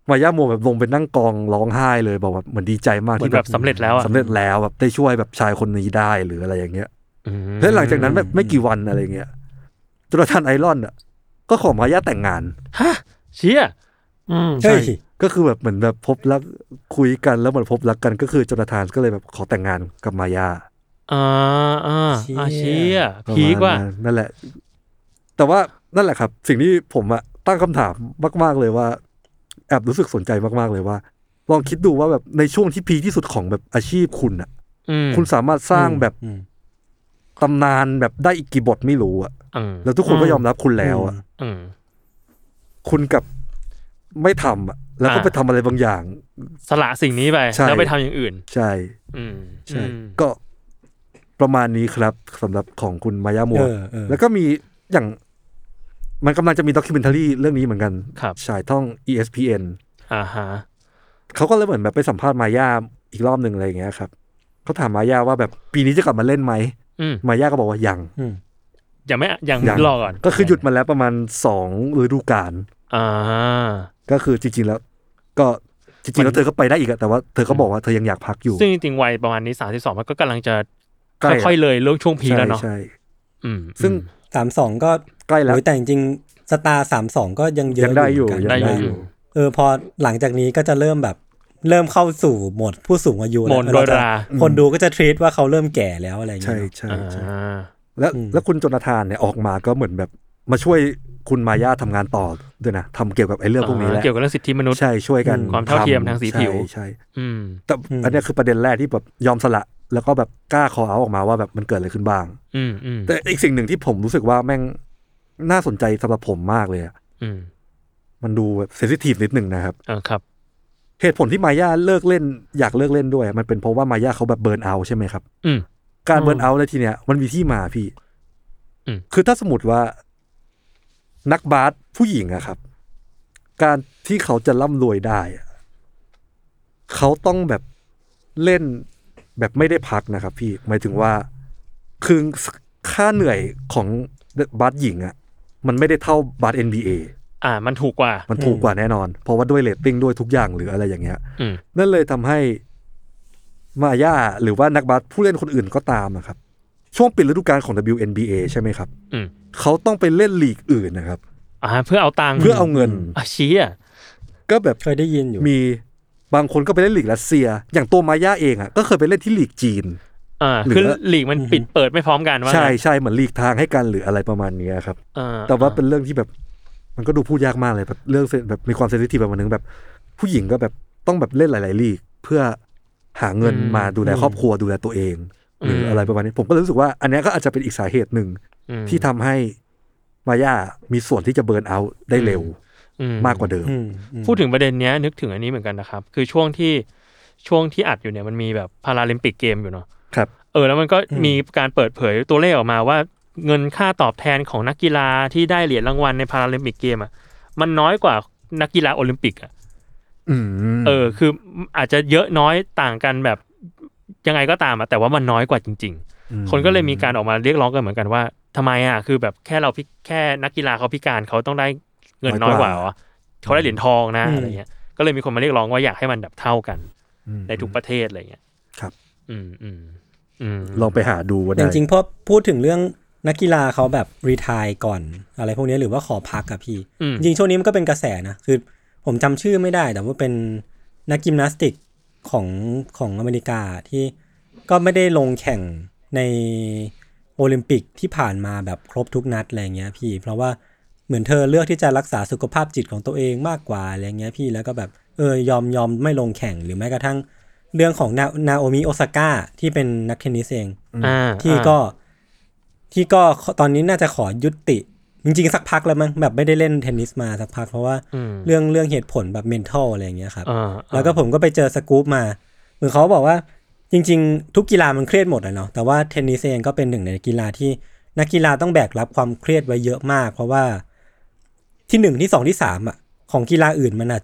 มาย่าโมแบบลงไปนั่งกองร้องไห้เลยบอกว่าเหมือนดีใจมากที่แบบสำเร็จแล้วอะสำเร็จแล้วแบบได้ช่วยแบบชายคนนี้ได้หรืออะไรอย่างเงี้ยแล้วหลังจากนั้นแบบไม่กี่วันอะไรเงี้ยโจนาธานไอรอนอ่ะก็ขอมาย่าแต่งงานฮะเชี่ยอืมใช่ก็คือแบบเหมือนแบบพบรักคุยกันแล้วเหมือนพบรักกันก็คือโจนาธานก็เลยแบบขอแต่งงานกับมาย่าอ่าอ่าอ่าเชี่ยพีกว่านั่นแหละแต่ว่านั่นแหละครับสิ่งที่ผมอะตั้งคำถามมากๆเลยว่าแอบรู้สึกสนใจมากๆเลยว่าลองคิดดูว่าแบบในช่วงที่พีคที่สุดของแบบอาชีพคุณอะคุณสามารถสร้างแบบตำนานแบบได้อีกกี่บทไม่รู้อะแล้วทุกคนก็ยอมรับคุณแล้วอะคุณกับไม่ทำอะแล้วก็ไปทำอะไรบางอย่างสละสิ่งนี้ไปแล้วไปทำอย่างอื่นใช่ใช่ก็ประมาณนี้ครับสำหรับของคุณมายามัวแล้วก็มีอย่างมันกำลังจะมีด็อกิเมนทารีเรื่องนี้เหมือนกันฉายท่อง อี เอส พี เอ็นอ่าฮะเขาก็เลยเหมือนแบบไปสัมภาษณ์มายาอีกรอบหนึ่งอะไรอย่างเงี้ยครับเขาถามมายาว่าแบบปีนี้จะกลับมาเล่นไหมมายาก็บอกว่ายังยังไม่ยังรอก่อนก็คือหยุดมาแล้วประมาณสองฤดูกาลอ่าก็คือจริงๆแล้วก็จริงๆแล้วเธอก็ไปได้อีกแต่ว่าเธอก็บอกว่าเธอยังอยากพักอยู่ซึ่งจริงๆวัยประมาณนี้สามสิบสองมันก็กำลังจะค่อยๆเลยเรื่องช่วงพีแล้วเนาะใช่อืมซึ่งสามสิบสองก็ใกล้แล้วแต่จริงๆสตาร์สามสิบสองก็ยังเยอะอยู่ได้อยู่เออพอหลังจากนี้ก็จะเริ่มแบบเริ่มเข้าสู่โหมดผู้สูงอายุแล้วคนดูก็จะทรีตว่าเขาเริ่มแก่แล้วอะไรอย่างเงี้ยใช่ใช่แล้วแล้วคุณโจนาธานเนี่ยออกมาก็เหมือนแบบมาช่วยคุณมายาทำงานต่อด้วยนะทำเกี่ยวกับไอ้เรื่องพวกนี้แหละเกี่ยวกับเรื่องสิทธิมนุษย์ใช่ช่วยกันความเท่าเทียมทางสีผิวใช่แต่อันนี้คือประเด็นแรกที่แบบยอมสละแล้วก็แบบกล้าคอเอาออกมาว่าแบบมันเกิดอะไรขึ้นบ้างแต่อีกสิ่งหนึ่งที่ผมรู้สึกว่าแม่งน่าสนใจสำหรับผมมากเลยอ่ะมันดูแบบเซนซิทีฟนิดหนึ่งนะครับอ่าครับเหตุผลที่มายาเลิกเล่นอยากเลิกเล่นด้วยมันเป็นเพราะว่ามายาเขาแบบเบิร์นเอาท์ใช่ไหมครับการเบิร์นเอาท์ในทีเนี้ยมันมีที่มาพี่คือถ้าสมมติว่านักบาสผู้หญิงอะครับการที่เขาจะร่ำรวยได้เขาต้องแบบเล่นแบบไม่ได้พักนะครับพี่หมายถึงว่าคือค่าเหนื่อยของบาสหญิงอะมันไม่ได้เท่าบาส เอ็น บี เออ่ามันถูกกว่ามันถูกกว่าแน่นอนเพราะว่าด้วยเรตติ้งด้วยทุกอย่างหรืออะไรอย่างเงี้ยนั่นเลยทำให้มาย่าหรือว่านักบาสผู้เล่นคนอื่นก็ตามนะครับช่วงปิดฤดูกาลของ ดับเบิลยู เอ็น บี เอ ใช่ไหมครับเขาต้องไปเล่นลีกอื่นนะครับอ่าเพื่อเอาตังค์เพื่อเอาเงินอ่ะเชี่ยก็แบบเคยได้ยินอยู่มีบางคนก็ไปเล่นลีกรัสเซียอย่างตัวมาย่าเองอ่ะก็เคยไปเล่นที่ลีกจีนอ่าคือลีกมันปิดเปิดไม่พร้อมกันว่าใช่ใช่เหมือนลีกทางให้กันหรืออะไรประมาณนี้ครับแต่ว่าเป็นเรื่องที่แบบมันก็ดูพูดยากมากเลยแบบเรื่องแบบมีความเซนซิทีฟแบบนึงแบบผู้หญิงก็แบบต้องแบบเล่นหลายๆลีกเพื่อหาเงินมาดูแลครอบครัวดูแลตัวเองหรืออะไรประมาณนี้ผมก็รู้สึกว่าอันนี้ก็อาจจะเป็นอีกสาเหตุหนึ่งที่ทำให้มาย่ามีส่วนที่จะเบิร์นเอาท์ได้เร็วมากกว่าเดิมพูดถึงประเด็นนี้นึกถึงอันนี้เหมือนกันนะครับคือช่วงที่ช่วงที่อัดอยู่เนี่ยมันมีแบบพาราลิมปิกเกมอยู่เนาะครับเออแล้วมันก็มีการเปิดเผยตัวเลขออกมาว่าเงินค่าตอบแทนของนักกีฬาที่ได้เหรียญรางวัลในพาราลิมปิกเกมอ่ะมันน้อยกว่านักกีฬาโอลิมปิกอ่ะเออคืออาจจะเยอะน้อยต่างกันแบบยังไงก็ตามอ่ะแต่ว่ามันน้อยกว่าจริงๆคนก็เลยมีการออกมาเรียกร้องกันเหมือนกันว่าทำไมอ่ะคือแบบแค่เราแค่นักกีฬาเขาพิการเขาต้องได้เงินน้อยกว่าเหรอเขาได้เหรียญทองนะอะไรเงี้ยก็เลยมีคนมาเรียกร้องว่าอยากให้มันแบบเท่ากันในทุกประเทศอะไรเงี้ยครับอืมอืมอืมลองไปหาดูว่าได้จริงๆพอพูดถึงเรื่องนักกีฬาเขาแบบรีไทร์ก่อนอะไรพวกนี้หรือว่าขอพักอะพี่จริงช่วงนี้มันก็เป็นกระแสนะคือผมจำชื่อไม่ได้แต่ว่าเป็นนักยิมนาสติกของของอเมริกาที่ก็ไม่ได้ลงแข่งในโอลิมปิกที่ผ่านมาแบบครบทุกนัดอะไรเงี้ยพี่เพราะว่าเหมือนเธอเลือกที่จะรักษาสุขภาพจิตของตัวเองมากกว่าอะไรเงี้ยพี่แล้วก็แบบเออยอมยอมไม่ลงแข่งหรือแม้กระทั่งเรื่องของนานาโอมิโอซาก้าที่เป็นนักเทนนิสเองที่ก็ที่ก็ตอนนี้น่าจะขอยุติจริงๆสักพักแล้วมั้งแบบไม่ได้เล่นเทนนิสมาสักพักเพราะว่าเรื่องเรื่องเหตุผลแบบ mental อะไรอย่างเงี้ยครับแล้วก็ผมก็ไปเจอสกู๊ปมาเหมือนเขาบอกว่าจริงๆทุกกีฬามันเครียดหมดอ่ะเนาะแต่ว่าเทนนิสเองก็เป็นหนึ่งในกีฬาที่นักกีฬาต้องแบกรับความเครียดไว้เยอะมากเพราะว่าที่หนึ่งที่สองที่สามอ่ะของกีฬาอื่นมันอาจจะ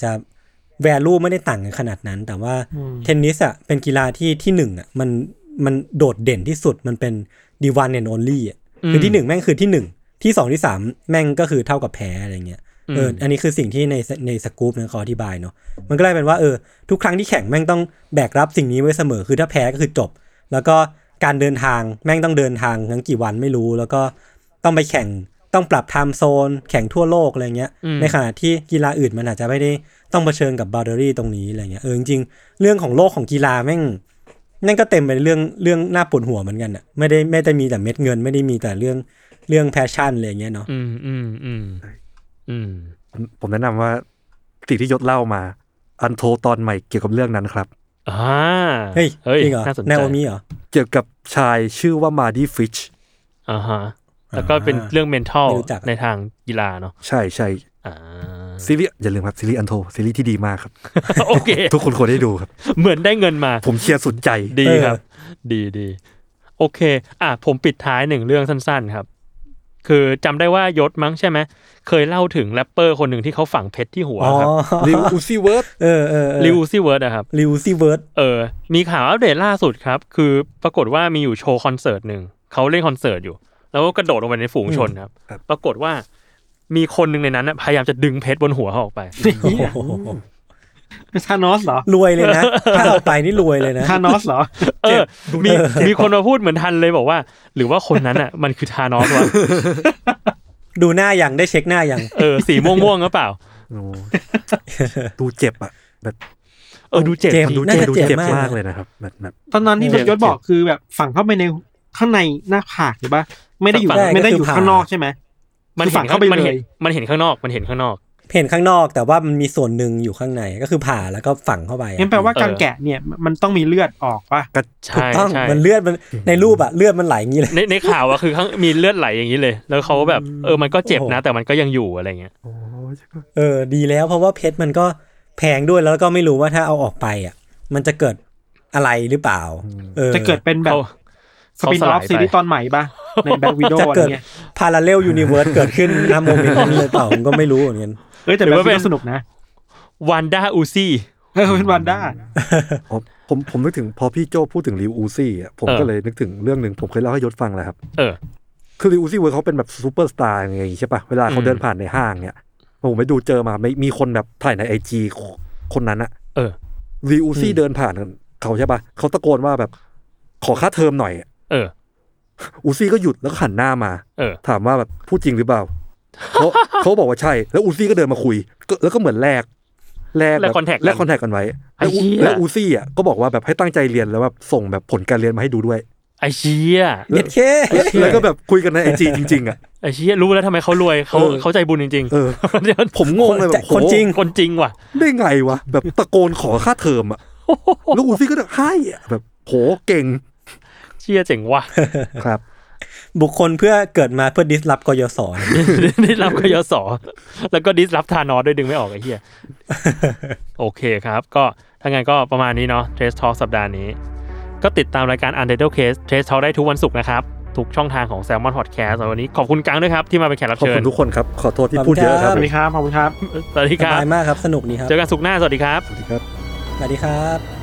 value ไม่ได้ต่างกันขนาดนั้นแต่ว่าเทนนิสอ่ะเป็นกีฬาที่ที่หนึ่งอ่ะมันมันโดดเด่นที่สุดมันเป็น the one and only อ่ะคือที่หนึ่งแม่งคือที่หนึ่งที่สองที่สามแม่งก็คือเท่ากับแพ้อะไรเงี้ยเอออันนี้คือสิ่งที่ในในสกู๊ปนั้นเขาอธิบายเนาะมันก็เลยเป็นว่าเออทุกครั้งที่แข่งแม่งต้องแบกรับสิ่งนี้ไว้เสมอคือถ้าแพ้ก็คือจบแล้วก็การเดินทางแม่งต้องเดินทางทั้งกี่วันไม่รู้แล้วก็ต้องไปแข่งต้องปรับไทม์โซนแข่งทั่วโลกอะไรเงี้ยในขณะที่กีฬาอื่นมันอาจจะไม่ได้ต้องเผชิญกับบาวเดอรี่ตรงนี้อะไรเงี้ยเออจริงๆเรื่องของโลกของกีฬาแม่งนั่นก็เต็มไปเรื่องเรื่องน่าปวดหัวเหมือนกันอ่ะไม่ได้ไม่ได้มีแต่เม็ดเงินไม่ได้มีแต่เรื่องเรื่องแพชชั่นอะไรเงี้ยเนาะอืมอืมอืมอืมผมแนะนำว่าสิ่งที่ยศเล่ามาอันโทตอนใหม่เกี่ยวกับเรื่องนั้นครับอ่าเฮ้ยจริงเหรอแนวมีเหรอเกี่ยวกับชายชื่อว่ามาดี้ฟิชอ่าฮะแล้วก็เป็นเรื่อง mental ในทางกีฬาเนาะใช่ใช่อ่าซีรีส์อย่าลืมครับซีรีส์อันโทซีรีส์ที่ดีมากครับโอเคทุกคนควรได้ดูครับเหมือนได้เงินมาผมเชียร์สุดใจดีครับดีดีโอเคอ่ะผมปิดท้ายหนึ่งเรื่องสั้นๆครับคือจำได้ว่ายศมั้งใช่ไหมเคยเล่าถึงแรปเปอร์คนหนึ่งที่เขาฝังเพชรที่หัวครับลิวอูซี่เวิร์ดเออเออลิวอูซี่เวิร์ดอะครับลิวอูซี่เวิร์ดเออมีข่าวอัปเดตล่าสุดครับคือปรากฏว่ามีอยู่โชว์คอนเสิร์ตหนึ่งเขาเล่นคอนเสิร์ตอยู่แล้วก็กระโดดลงไปในฝูงชนครับปรากฏว่ามีคนหนึ่งในนั้นพยายามจะดึงเพชรบนหัวเขาออกไปทานอสเหรอรวยเลยนะถ้าเอาไปนี่รวยเลยนะทานอสเหรอเออมีมีคนมาพูดเหมือนทันเลยบอกว่าหรือว่าคนนั้นอ่ะมันคือทานอสวะดูหน้ายังได้เช็คหน้ายังเออสีม่วงๆหรือเปล่าดูเจ็บอ่ะแบบเออดูเจ็บดูเจ็บดูเจ็บมากเลยนะครับแบบแบบตอนนั้นที่ยศบอกคือแบบฝังเข้าไปในข้างในหน้าผากใช่ป่ะไม่ได้อยู่ไม่ได้อยู่ข้างนอกใช่ไหมมันฝังเข้าไปเลยมันเห็นข้างนอกมันเห็นข้างนอกเห็นข้างนอกแต่ว่ามันมีส่วนหนึ่งอยู่ข้างในก็คือผ่าแล้วก็ฝังเข้าไปงั้นแปลว่าการแกะเนี่ยมันต้องมีเลือดออกป่ะถูกต้องมันเลือดมันในรูปอะเลือดมันไหลอย่างนี้เลยในในข่าวอะคือข้างมีเลือดไหลอย่างนี้เลยแล้วเขาแบบเออมันก็เจ็บนะแต่มันก็ยังอยู่อะไรเงี้ยเออดีแล้วเพราะว่าเพชรมันก็แพงด้วยแล้วก็ไม่รู้ว่าถ้าเอาออกไปอะมันจะเกิดอะไรหรือเปล่าเออจะเกิดเป็นแบบสปินออฟซีรีส์ตอนใหม่ป่ะในแบ็ควิดโออะไรเงี้ยพาราเรลยูนิเวิร์สเกิดขึ้นณโมเมนต์นั้นเลยเปล่าผมก็ไม่รู้เหมือนกันเอ้ยแต่แบบเป็นสนุกนะวันด้าอูซี่เออเป็นวันด้าผมผมนึกถึงพอพี่โจพูดถึงลิวอูซี่อ่ะผมก็เลยนึกถึงเรื่องนึงผมเคยเล่าให้ยศฟังแล้วครับเออคือลิวอูซี่เวิร์เขาเป็นแบบซูเปอร์สตาร์ไงใช่ป่ะเวลาเขาเดินผ่านในห้างเนี่ยผมไปดูเจอมาไม่มีคนแบบถ่ายใน ไอ จี คนนั้นอ่ะเออลิวอูซี่เดินผ่านเขาใช่ป่ะเขาตะโกนว่าแบบขอค่าเทอมหน่อยเอออูซี่ก็หยุดแล้วก็หันหน้ามาเออถามว่าแบบพูดจริงหรือเปล่าเขาเขาบอกว่าใช่แล้วอูซี่ก็เดินมาคุยแล้วก็เหมือนแลกแลกแบบแลกคอนแทคกันไว้แล้วอูซี่อ่ะก็บอกว่าแบบให้ตั้งใจเรียนแล้วแบบส่งแบบผลการเรียนมาให้ดูด้วยไอเชี่ยเด็ดเคแล้วก็แบบคุยกันในไอจีจริงๆอ่ะไอเชี่ยรู้แล้วทำไมเขารวยเขาเขาใจบุญจริงๆเออผมงงเลยแบบคนจริงคนจริงว่ะได้ไงวะแบบตะโกนขอค่าเทอมอ่ะแล้วอูซี่ก็แบบให้แบบโหเก่งเชี่ยเจ๋งว่ะครับบุคคลเพื่อเกิดมาเพื่อดิสรับกยศดิสรับกยศแล้วก็ดิสรับทานอสด้วยดึงไม่ออกไอ้เหี้ยโอเคครับก็ถ้างั้นก็ประมาณนี้เนาะ Trace Talk สัปดาห์นี้ก็ติดตามรายการ Untitled Case Trace Talk ได้ทุกวันศุกร์นะครับทุกช่องทางของ Salmon Podcast วันนี้ขอบคุณกังด้วยครับที่มาเป็นแขกรับเชิญขอบคุณทุกคนครับขอโทษที่พูดเยอะครับสวัสดีครับขอบคุณครับสวัสดีครับสบายมากครับสนุกดีครับเจอกันศุกร์หน้าสวัสดีครับสวัสดีครับสวัสดีครับ